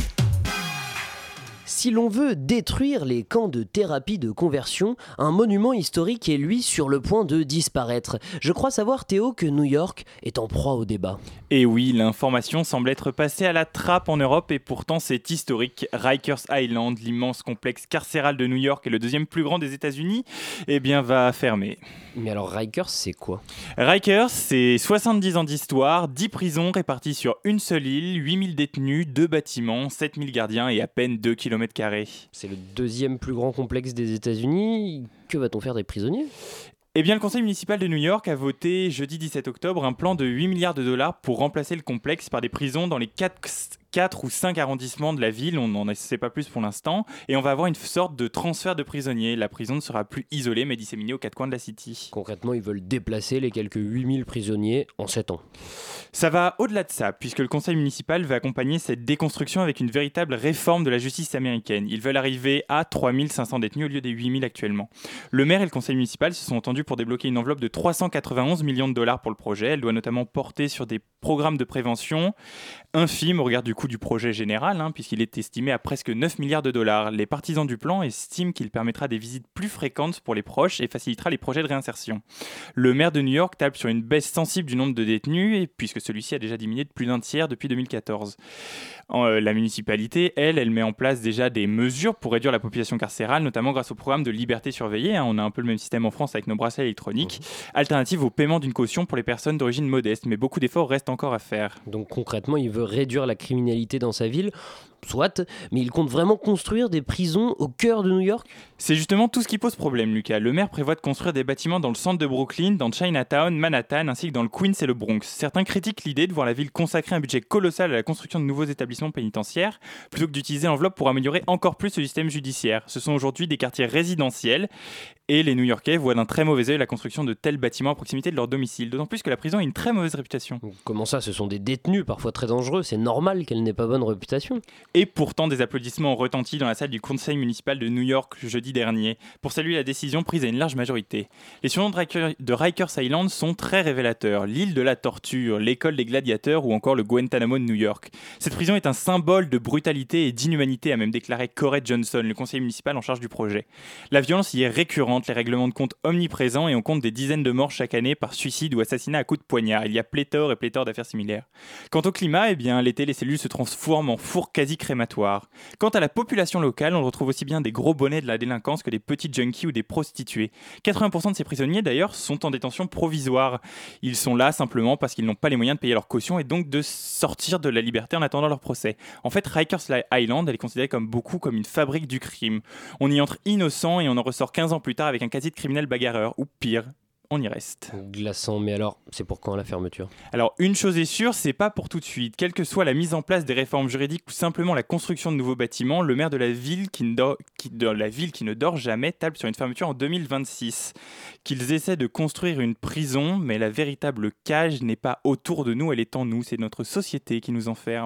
Si l'on veut détruire les camps de thérapie de conversion, un monument historique est lui sur le point de disparaître. Je crois savoir, Théo, que New York est en proie au débat. Et oui, l'information semble être passée à la trappe en Europe et pourtant c'est historique. Rikers Island, l'immense complexe carcéral de New York et le deuxième plus grand des États-Unis, eh bien va fermer. Mais alors Rikers, c'est quoi ? Rikers, c'est soixante-dix ans d'histoire, dix prisons réparties sur une seule île, huit mille détenus, deux bâtiments, sept mille gardiens et à peine deux kilomètres carrés. C'est le deuxième plus grand complexe des États-Unis. Que va-t-on faire des prisonniers ? Eh bien, le conseil municipal de New York a voté jeudi dix-sept octobre un plan de huit milliards de dollars pour remplacer le complexe par des prisons dans les quatre ou cinq arrondissements de la ville. On n'en sait pas plus pour l'instant. Et on va avoir une sorte de transfert de prisonniers. La prison ne sera plus isolée mais disséminée aux quatre coins de la city. Concrètement, ils veulent déplacer les quelques huit mille prisonniers en sept ans. Ça va au-delà de ça, puisque le conseil municipal va accompagner cette déconstruction avec une véritable réforme de la justice américaine. Ils veulent arriver à trois mille cinq cents détenus au lieu des huit mille actuellement. Le maire et le conseil municipal se sont entendus pour débloquer une enveloppe de trois cent quatre-vingt-onze millions de dollars pour le projet. Elle doit notamment porter sur des programmes de prévention infime au regard du coût du projet général, hein, puisqu'il est estimé à presque neuf milliards de dollars. Les partisans du plan estiment qu'il permettra des visites plus fréquentes pour les proches et facilitera les projets de réinsertion. Le maire de New York table sur une baisse sensible du nombre de détenus, et puisque celui-ci a déjà diminué de plus d'un tiers depuis deux mille quatorze. Euh, la municipalité, elle, elle met en place déjà des mesures pour réduire la population carcérale, notamment grâce au programme de liberté surveillée. Hein. On a un peu le même système en France avec nos bracelets électroniques. Mmh. Alternative au paiement d'une caution pour les personnes d'origine modeste, mais beaucoup d'efforts restent encore à faire. Donc concrètement, il veut réduire la criminalité dans sa ville. Soit, mais il compte vraiment construire des prisons au cœur de New York ? C'est justement tout ce qui pose problème, Lucas. Le maire prévoit de construire des bâtiments dans le centre de Brooklyn, dans Chinatown, Manhattan, ainsi que dans le Queens et le Bronx. Certains critiquent l'idée de voir la ville consacrer un budget colossal à la construction de nouveaux établissements pénitentiaires, plutôt que d'utiliser l'enveloppe pour améliorer encore plus le système judiciaire. Ce sont aujourd'hui des quartiers résidentiels, et les New-Yorkais voient d'un très mauvais œil la construction de tels bâtiments à proximité de leur domicile, d'autant plus que la prison a une très mauvaise réputation. Comment ça ? Ce sont des détenus, parfois très dangereux, c'est normal qu'elle n'ait pas bonne réputation. Et pourtant, des applaudissements ont retenti dans la salle du conseil municipal de New York jeudi dernier pour saluer la décision prise à une large majorité. Les surnoms de, Riker, de Rikers Island sont très révélateurs. L'île de la torture, l'école des gladiateurs ou encore le Guantanamo de New York. Cette prison est un symbole de brutalité et d'inhumanité, a même déclaré Corey Johnson, le conseiller municipal en charge du projet. La violence y est récurrente, les règlements de compte omniprésents et on compte des dizaines de morts chaque année par suicide ou assassinat à coups de poignard. Il y a pléthore et pléthore d'affaires similaires. Quant au climat, eh bien, l'été, les cellules se transforment en fours quasi crématoires. Quant à la population locale, on retrouve aussi bien des gros bonnets de la délinquance que des petits junkies ou des prostituées. quatre-vingts pour cent de ces prisonniers, d'ailleurs, sont en détention provisoire. Ils sont là simplement parce qu'ils n'ont pas les moyens de payer leur caution et donc de sortir de la liberté en attendant leur procès. En fait, Rikers Island, elle est considérée comme beaucoup comme une fabrique du crime. On y entre innocent et on en ressort quinze ans plus tard avec un casier de criminel bagarreur, ou pire. On y reste. Glaçant, mais alors, c'est pour quand la fermeture ? Alors, une chose est sûre, c'est pas pour tout de suite. Quelle que soit la mise en place des réformes juridiques ou simplement la construction de nouveaux bâtiments, le maire de la ville qui ne dort, qui, de la ville qui ne dort jamais table sur une fermeture en deux mille vingt-six. Qu'ils essaient de construire une prison, mais la véritable cage n'est pas autour de nous, elle est en nous. C'est notre société qui nous enferme.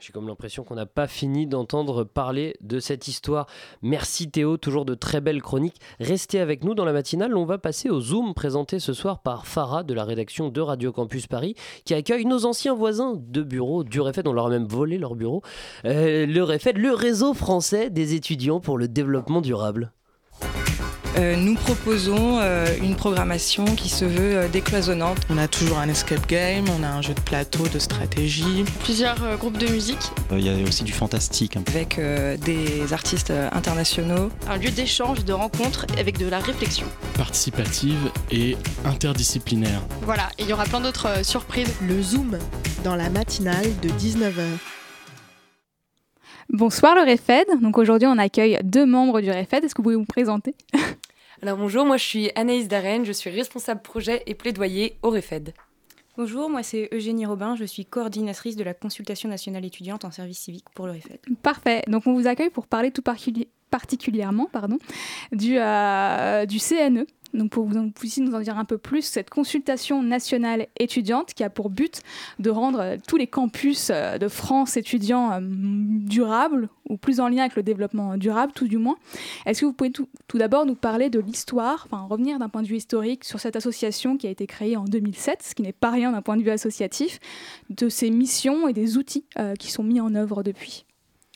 J'ai comme l'impression qu'on n'a pas fini d'entendre parler de cette histoire. Merci Théo, toujours de très belles chroniques. Restez avec nous dans la matinale, on va passer au Zoom présenté ce soir par Farah de la rédaction de Radio Campus Paris qui accueille nos anciens voisins de bureau du REFED, on leur a même volé leur bureau. Euh, le REFED, le réseau français des étudiants pour le développement durable. Euh, nous proposons euh, une programmation qui se veut euh, décloisonnante. On a toujours un escape game, on a un jeu de plateau, de stratégie. Plusieurs euh, groupes de musique. Il euh, y a aussi du fantastique. Avec euh, des artistes euh, internationaux. Un lieu d'échange, de rencontre avec de la réflexion. Participative et interdisciplinaire. Voilà, et il y aura plein d'autres euh, surprises. Le Zoom, dans la matinale de dix-neuf heures. Bonsoir le REFED, donc aujourd'hui on accueille deux membres du REFED, est-ce que vous pouvez vous présenter ? Alors bonjour, moi je suis Anaïs Darren, je suis responsable projet et plaidoyer au REFED. Bonjour, moi c'est Eugénie Robin, je suis coordinatrice de la consultation nationale étudiante en service civique pour le REFED. Parfait, donc on vous accueille pour parler tout particuli- particulièrement pardon, du, euh, du C N E. Donc pour que vous puissiez nous en dire un peu plus, cette consultation nationale étudiante qui a pour but de rendre tous les campus de France étudiants durables ou plus en lien avec le développement durable, tout du moins. Est-ce que vous pouvez tout, tout d'abord nous parler de l'histoire, enfin revenir d'un point de vue historique sur cette association qui a été créée en deux mille sept, ce qui n'est pas rien d'un point de vue associatif, de ses missions et des outils euh, qui sont mis en œuvre depuis ?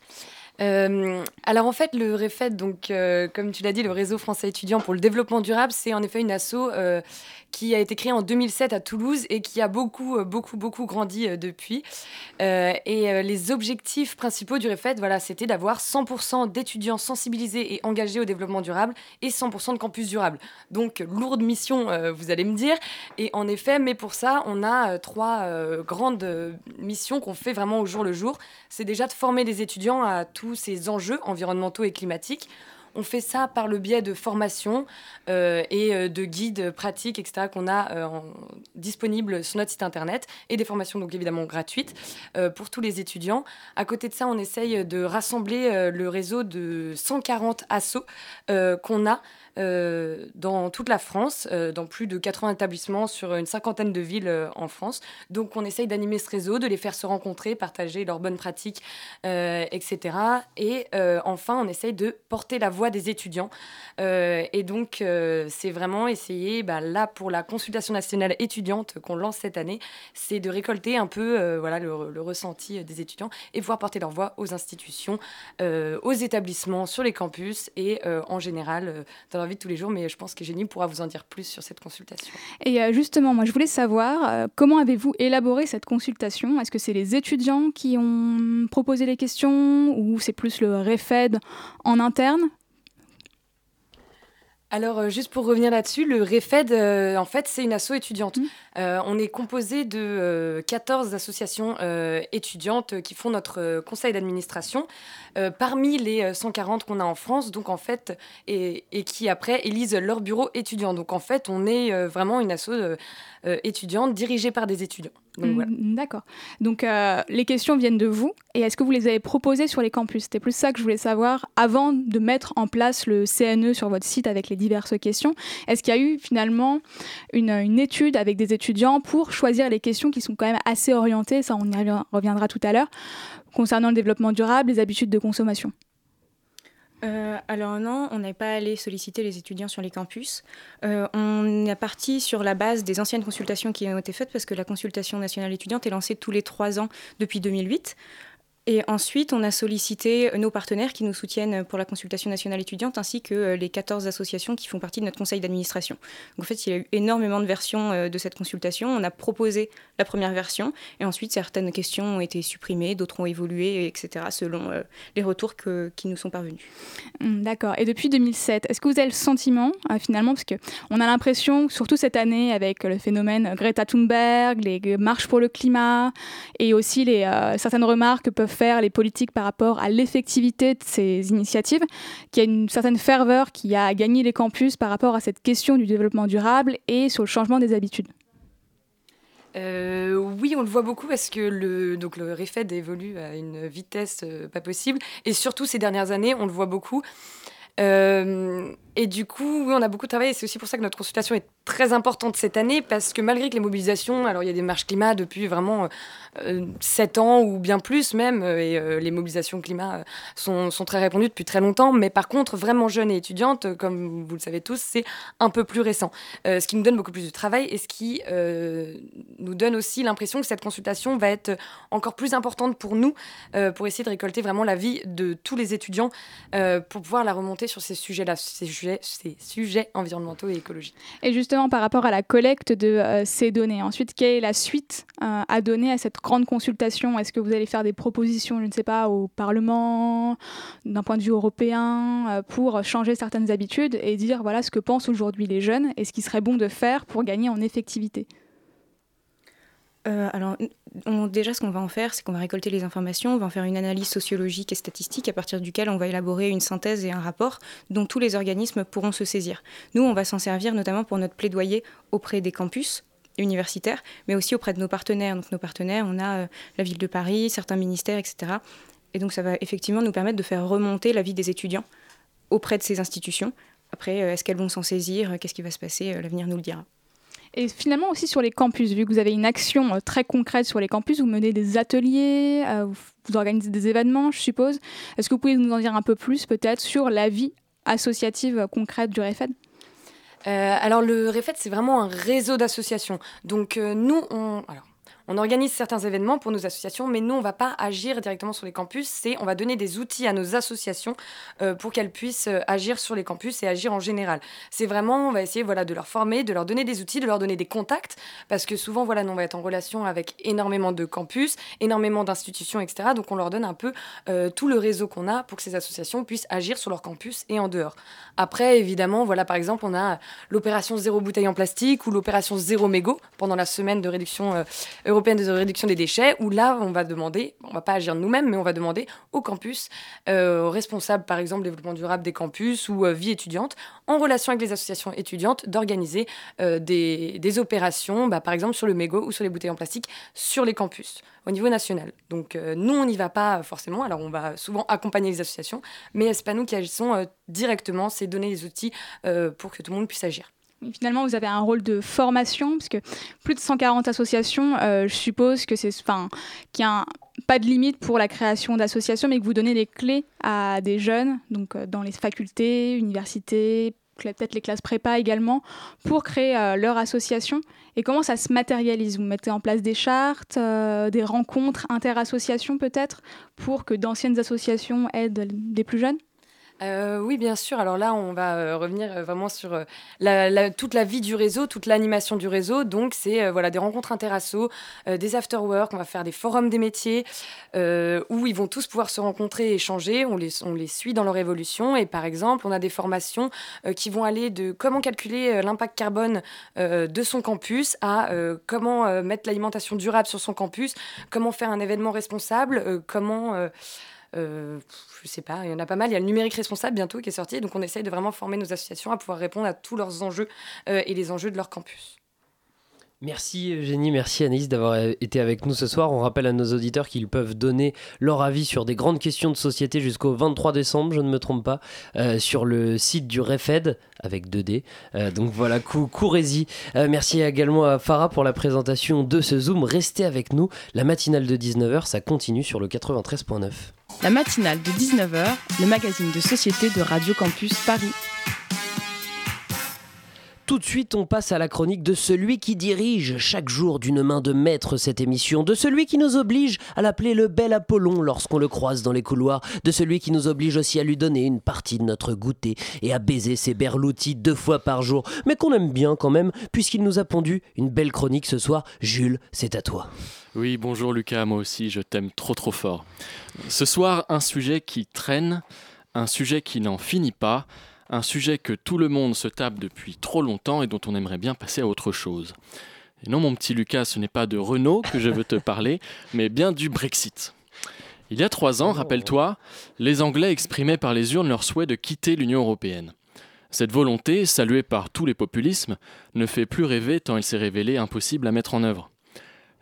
Euh, alors en fait le REFED, donc euh, comme tu l'as dit, le réseau français étudiant pour le développement durable, c'est en effet une asso euh, qui a été créée en deux mille sept à Toulouse et qui a beaucoup beaucoup beaucoup grandi euh, depuis. Euh, et euh, les objectifs principaux du REFED, voilà, c'était d'avoir cent pour cent d'étudiants sensibilisés et engagés au développement durable et cent pour cent de campus durables. Donc lourde mission, euh, vous allez me dire. Et en effet, mais pour ça, on a euh, trois euh, grandes euh, missions qu'on fait vraiment au jour le jour. C'est déjà de former les étudiants à tout ces enjeux environnementaux et climatiques. On fait ça par le biais de formations euh, et euh, de guides pratiques, et cetera, qu'on a euh, en, disponibles sur notre site internet, et des formations donc évidemment gratuites euh, pour tous les étudiants. À côté de ça, on essaye de rassembler euh, le réseau de cent quarante assos euh, qu'on a Euh, dans toute la France, euh, dans plus de quatre-vingts établissements sur une cinquantaine de villes euh, en France. Donc on essaye d'animer ce réseau, de les faire se rencontrer, partager leurs bonnes pratiques, euh, et cetera. Et euh, enfin, on essaye de porter la voix des étudiants. Euh, et donc, euh, c'est vraiment essayer, bah, là, pour la consultation nationale étudiante qu'on lance cette année, c'est de récolter un peu euh, voilà, le, le ressenti des étudiants et pouvoir porter leur voix aux institutions, euh, aux établissements, sur les campus et euh, en général euh, dans leur vie de tous les jours, mais je pense qu'Eugénie pourra vous en dire plus sur cette consultation. Et euh, justement, moi je voulais savoir, euh, comment avez-vous élaboré cette consultation ? Est-ce que c'est les étudiants qui ont proposé les questions ou c'est plus le REFED en interne ? Alors, euh, juste pour revenir là-dessus, le REFED, euh, en fait, c'est une asso étudiante. Mmh. Euh, on est composé de euh, quatorze associations euh, étudiantes qui font notre euh, conseil d'administration, euh, parmi les cent quarante qu'on a en France, donc en fait, et, et qui après élisent leur bureau étudiant. Donc en fait, on est euh, vraiment une asso euh, euh, étudiante dirigée par des étudiants. Donc, mmh, voilà. D'accord. Donc euh, les questions viennent de vous, et est-ce que vous les avez proposées sur les campus ? C'était plus ça que je voulais savoir avant de mettre en place le C N E sur votre site avec les diverses questions. Est-ce qu'il y a eu finalement une, une étude avec des étudiants pour choisir les questions qui sont quand même assez orientées, ça on y reviendra tout à l'heure, concernant le développement durable, les habitudes de consommation ? Euh, alors non, on n'est pas allé solliciter les étudiants sur les campus. Euh, on est parti sur la base des anciennes consultations qui ont été faites parce que la consultation nationale étudiante est lancée tous les trois ans depuis deux mille huit. Et ensuite, on a sollicité nos partenaires qui nous soutiennent pour la consultation nationale étudiante, ainsi que les quatorze associations qui font partie de notre conseil d'administration. Donc, en fait, il y a eu énormément de versions de cette consultation. On a proposé la première version, et ensuite, certaines questions ont été supprimées, d'autres ont évolué, et cetera, selon euh, les retours que, qui nous sont parvenus. D'accord. Et depuis deux mille sept, est-ce que vous avez le sentiment, euh, finalement, parce qu'on a l'impression, surtout cette année, avec le phénomène Greta Thunberg, les marches pour le climat, et aussi les, euh, certaines remarques que peuvent faire les politiques par rapport à l'effectivité de ces initiatives, qu'il y a une certaine ferveur qui a gagné les campus par rapport à cette question du développement durable et sur le changement des habitudes. Euh, oui, on le voit beaucoup parce que le, donc le REFED évolue à une vitesse euh, pas possible. Et surtout, ces dernières années, on le voit beaucoup. Euh, Et du coup, oui, on a beaucoup travaillé. C'est aussi pour ça que notre consultation est très importante cette année, parce que malgré que les mobilisations, alors il y a des marches climat depuis vraiment euh, sept ans ou bien plus même, et euh, les mobilisations climat sont, sont très répandues depuis très longtemps, mais par contre, vraiment jeunes et étudiantes, comme vous le savez tous, c'est un peu plus récent. Euh, ce qui nous donne beaucoup plus de travail et ce qui euh, nous donne aussi l'impression que cette consultation va être encore plus importante pour nous, euh, pour essayer de récolter vraiment l'avis de tous les étudiants, euh, pour pouvoir la remonter sur ces sujets-là, ces sujets, ces sujets environnementaux et écologiques. Et justement, par rapport à la collecte de euh, ces données, ensuite, quelle est la suite euh, à donner à cette grande consultation ? Est-ce que vous allez faire des propositions, je ne sais pas, au Parlement, d'un point de vue européen, euh, pour changer certaines habitudes et dire voilà ce que pensent aujourd'hui les jeunes et ce qui serait bon de faire pour gagner en effectivité ? Euh, alors, on, déjà, ce qu'on va en faire, c'est qu'on va récolter les informations, on va en faire une analyse sociologique et statistique, à partir duquel on va élaborer une synthèse et un rapport dont tous les organismes pourront se saisir. Nous, on va s'en servir notamment pour notre plaidoyer auprès des campus universitaires, mais aussi auprès de nos partenaires. Donc, nos partenaires, on a euh, la ville de Paris, certains ministères, et cetera. Et donc, ça va effectivement nous permettre de faire remonter l'avis des étudiants auprès de ces institutions. Après, euh, est-ce qu'elles vont s'en saisir ? Qu'est-ce qui va se passer ? euh, L'avenir nous le dira. Et finalement aussi sur les campus, vu que vous avez une action euh, très concrète sur les campus, vous menez des ateliers, euh, vous, vous organisez des événements, je suppose. Est-ce que vous pouvez nous en dire un peu plus peut-être sur la vie associative euh, concrète du REFED ? euh, Alors le REFED, c'est vraiment un réseau d'associations. Donc euh, nous, on... Alors, on organise certains événements pour nos associations, mais nous, on ne va pas agir directement sur les campus. C'est, on va donner des outils à nos associations euh, pour qu'elles puissent euh, agir sur les campus et agir en général. C'est vraiment, on va essayer voilà, de leur former, de leur donner des outils, de leur donner des contacts, parce que souvent, voilà, nous, on va être en relation avec énormément de campus, énormément d'institutions, et cetera. Donc, on leur donne un peu euh, tout le réseau qu'on a pour que ces associations puissent agir sur leur campus et en dehors. Après, évidemment, voilà, par exemple, on a l'opération Zéro bouteille en plastique ou l'opération Zéro mégot pendant la semaine de réduction euh, européenne de réduction des déchets, où là, on va demander, on va pas agir nous-mêmes, mais on va demander au campus, euh, aux responsables, par exemple, développement durable des campus ou euh, vie étudiante, en relation avec les associations étudiantes, d'organiser euh, des, des opérations, bah, par exemple, sur le mégot ou sur les bouteilles en plastique, sur les campus, au niveau national. Donc, euh, nous, on n'y va pas forcément, alors on va souvent accompagner les associations, mais c'est pas nous qui agissons euh, directement, c'est donner les outils euh, pour que tout le monde puisse agir. Finalement, vous avez un rôle de formation, parce que plus de cent quarante associations, euh, je suppose que c'est, enfin, qu'il n'y a un, pas de limite pour la création d'associations, mais que vous donnez des clés à des jeunes, donc euh, dans les facultés, universités, peut-être les classes prépa également, pour créer euh, leur association. Et comment ça se matérialise ? Vous mettez en place des chartes, euh, des rencontres inter-associations peut-être, pour que d'anciennes associations aident les plus jeunes ? Euh, oui, bien sûr. Alors là, on va euh, revenir euh, vraiment sur euh, la, la, toute la vie du réseau, toute l'animation du réseau. Donc, c'est euh, voilà, des rencontres inter-assos, euh, des after-work, on va faire des forums des métiers euh, où ils vont tous pouvoir se rencontrer et échanger. On les, on les suit dans leur évolution. Et par exemple, on a des formations euh, qui vont aller de comment calculer euh, l'impact carbone euh, de son campus à euh, comment euh, mettre l'alimentation durable sur son campus, comment faire un événement responsable, euh, comment... Euh, Euh, je sais pas, il y en a pas mal. Il y a le numérique responsable bientôt qui est sorti. Donc on essaye de vraiment former nos associations à pouvoir répondre à tous leurs enjeux euh, et les enjeux de leur campus. Merci Eugénie, merci Anaïs d'avoir été avec nous ce soir. On rappelle à nos auditeurs qu'ils peuvent donner leur avis sur des grandes questions de société jusqu'au vingt-trois décembre, je ne me trompe pas, euh, sur le site du REFED avec deux D. Euh, donc voilà, cou- courez-y. Euh, merci également à Farah pour la présentation de ce Zoom. Restez avec nous. La matinale de dix-neuf heures, ça continue sur le quatre-vingt-treize neuf. La matinale de dix-neuf heures, le magazine de société de Radio Campus Paris. Tout de suite, on passe à la chronique de celui qui dirige chaque jour d'une main de maître cette émission, de celui qui nous oblige à l'appeler le bel Apollon lorsqu'on le croise dans les couloirs, de celui qui nous oblige aussi à lui donner une partie de notre goûter et à baiser ses berloutis deux fois par jour, mais qu'on aime bien quand même, puisqu'il nous a pondu une belle chronique ce soir. Jules, c'est à toi. Oui, bonjour Lucas, moi aussi, je t'aime trop trop fort. Ce soir, un sujet qui traîne, un sujet qui n'en finit pas, un sujet que tout le monde se tape depuis trop longtemps et dont on aimerait bien passer à autre chose. Et non, mon petit Lucas, ce n'est pas de Renault que je veux te parler, mais bien du Brexit. Il y a trois ans, rappelle-toi, les Anglais exprimaient par les urnes leur souhait de quitter l'Union européenne. Cette volonté, saluée par tous les populismes, ne fait plus rêver tant elle s'est révélée impossible à mettre en œuvre.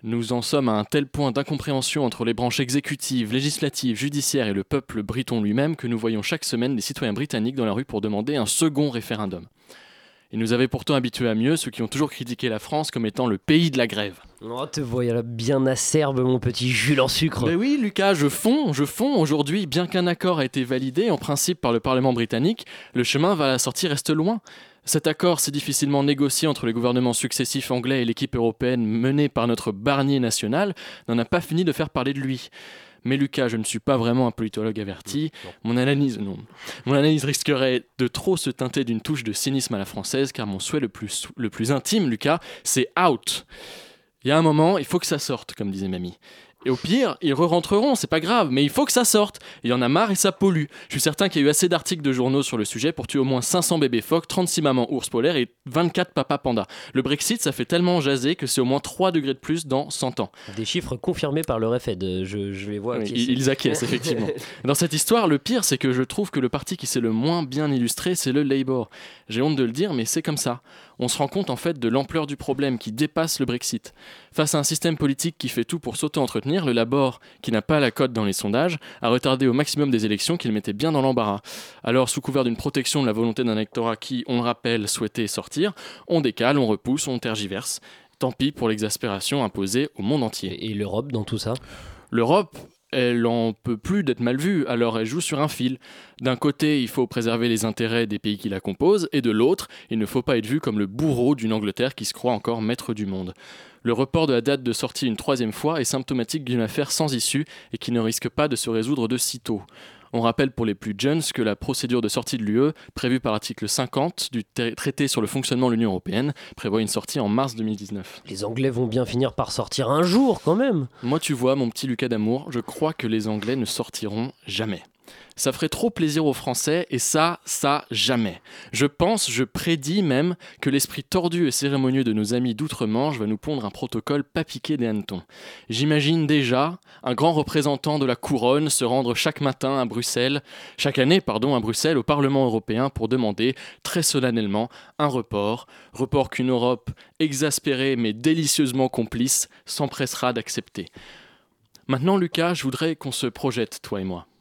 Nous en sommes à un tel point d'incompréhension entre les branches exécutives, législatives, judiciaires et le peuple briton lui-même que nous voyons chaque semaine des citoyens britanniques dans la rue pour demander un second référendum. Ils nous avaient pourtant habitués à mieux, ceux qui ont toujours critiqué la France comme étant le pays de la grève. Oh, te voilà bien acerbe, mon petit Jules en sucre. Ben oui, Lucas, je fonds, je fonds. Aujourd'hui, bien qu'un accord ait été validé en principe par le Parlement britannique, le chemin vers la sortie reste loin. Cet accord si difficilement négocié entre les gouvernements successifs anglais et l'équipe européenne menée par notre Barnier national n'en a pas fini de faire parler de lui. Mais Lucas, je ne suis pas vraiment un politologue averti. Mon analyse, non. Mon analyse risquerait de trop se teinter d'une touche de cynisme à la française, car mon souhait le plus, le plus intime, Lucas, c'est out. Il y a un moment, il faut que ça sorte, comme disait mamie. Et au pire, ils re-rentreront, c'est pas grave, mais il faut que ça sorte. Il y en a marre et ça pollue. Je suis certain qu'il y a eu assez d'articles de journaux sur le sujet pour tuer au moins cinq cents bébés phoques, trente-six mamans ours polaires et vingt-quatre papas pandas. Le Brexit, ça fait tellement jaser que c'est au moins trois degrés de plus dans cent ans. Des chiffres confirmés par le R F E D, je, je les vois. Oui, ils acquiescent, effectivement. Dans cette histoire, le pire, c'est que je trouve que le parti qui s'est le moins bien illustré, c'est le Labour. J'ai honte de le dire, mais c'est comme ça. On se rend compte en fait de l'ampleur du problème qui dépasse le Brexit. Face à un système politique qui fait tout pour s'auto-entretenir, le Labour, qui n'a pas la cote dans les sondages, a retardé au maximum des élections qu'il mettait bien dans l'embarras. Alors, sous couvert d'une protection de la volonté d'un électorat qui, on le rappelle, souhaitait sortir, on décale, on repousse, on tergiverse. Tant pis pour l'exaspération imposée au monde entier. Et l'Europe dans tout ça ? L'Europe, elle en peut plus d'être mal vue, alors elle joue sur un fil. D'un côté, il faut préserver les intérêts des pays qui la composent, et de l'autre, il ne faut pas être vu comme le bourreau d'une Angleterre qui se croit encore maître du monde. Le report de la date de sortie une troisième fois est symptomatique d'une affaire sans issue et qui ne risque pas de se résoudre de sitôt. On rappelle pour les plus jeunes que la procédure de sortie de l'U E, prévue par l'article cinquante du traité sur le fonctionnement de l'Union européenne, prévoit une sortie en mars deux mille dix-neuf. Les Anglais vont bien finir par sortir un jour quand même. Moi tu vois, mon petit Lucas d'amour, je crois que les Anglais ne sortiront jamais. Ça ferait trop plaisir aux Français, et ça, ça, jamais. Je pense, je prédis même que l'esprit tordu et cérémonieux de nos amis d'outre-Manche va nous pondre un protocole pas piqué des hannetons. J'imagine déjà un grand représentant de la couronne se rendre chaque matin à Bruxelles, chaque année, pardon, à Bruxelles, au Parlement européen pour demander très solennellement un report, report qu'une Europe exaspérée mais délicieusement complice s'empressera d'accepter. Maintenant, Lucas, je voudrais qu'on se projette, toi et moi.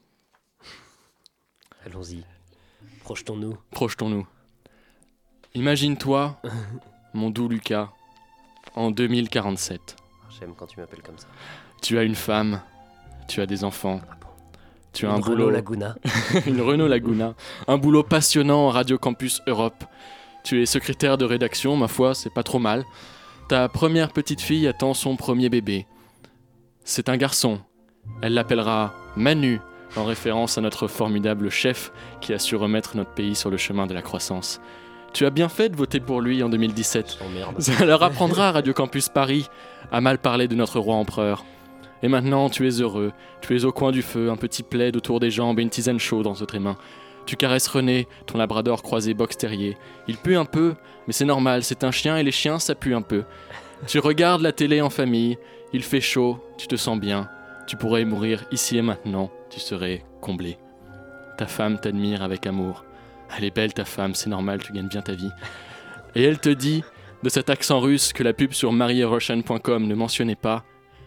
Allons-y, projetons-nous. Projetons-nous. Imagine-toi, mon doux Lucas, en deux mille quarante-sept. J'aime quand tu m'appelles comme ça. Tu as une femme, tu as des enfants, tu as une un Renault boulot... Laguna. une Renault Laguna. Un boulot passionnant en Radio Campus Europe. Tu es secrétaire de rédaction, ma foi, c'est pas trop mal. Ta première petite fille attend son premier bébé. C'est un garçon. Elle l'appellera Manu, en référence à notre formidable chef qui a su remettre notre pays sur le chemin de la croissance. Tu as bien fait de voter pour lui en deux mille dix-sept. Ça leur apprendra à Radio Campus Paris à mal parler de notre roi empereur. Et maintenant, tu es heureux, tu es au coin du feu, un petit plaid autour des jambes et une tisane chaude entre tes mains. Tu caresses René, ton labrador croisé box terrier. Il pue un peu, mais c'est normal, c'est un chien et les chiens, ça pue un peu. Tu regardes la télé en famille, il fait chaud, tu te sens bien. Tu pourrais mourir ici et maintenant, tu serais comblé. Ta femme t'admire avec amour. Elle est belle ta femme, c'est normal, tu gagnes bien ta vie. Et elle te dit, de cet accent russe que la pub sur marierussian point com ne mentionnait pas,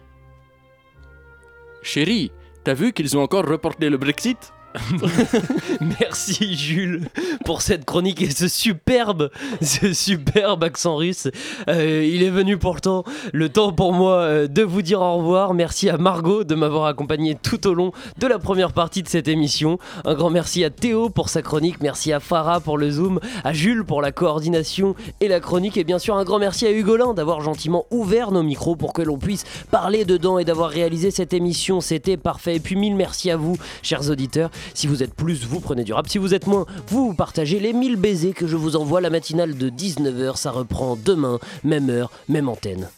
« Chérie, t'as vu qu'ils ont encore reporté le Brexit ?» Merci Jules pour cette chronique et ce superbe, ce superbe accent russe. Euh, il est venu pourtant le temps pour moi euh, de vous dire au revoir. Merci à Margot de m'avoir accompagné tout au long de la première partie de cette émission. Un grand merci à Théo pour sa chronique, merci à Farah pour le zoom, à Jules pour la coordination et la chronique, et bien sûr un grand merci à Hugolin d'avoir gentiment ouvert nos micros pour que l'on puisse parler dedans et d'avoir réalisé cette émission. C'était parfait. Et puis mille merci à vous, chers auditeurs. Si vous êtes plus, vous prenez du rap. Si vous êtes moins, vous partagez les mille baisers que je vous envoie. La matinale de dix-neuf heures, ça reprend demain, même heure, même antenne.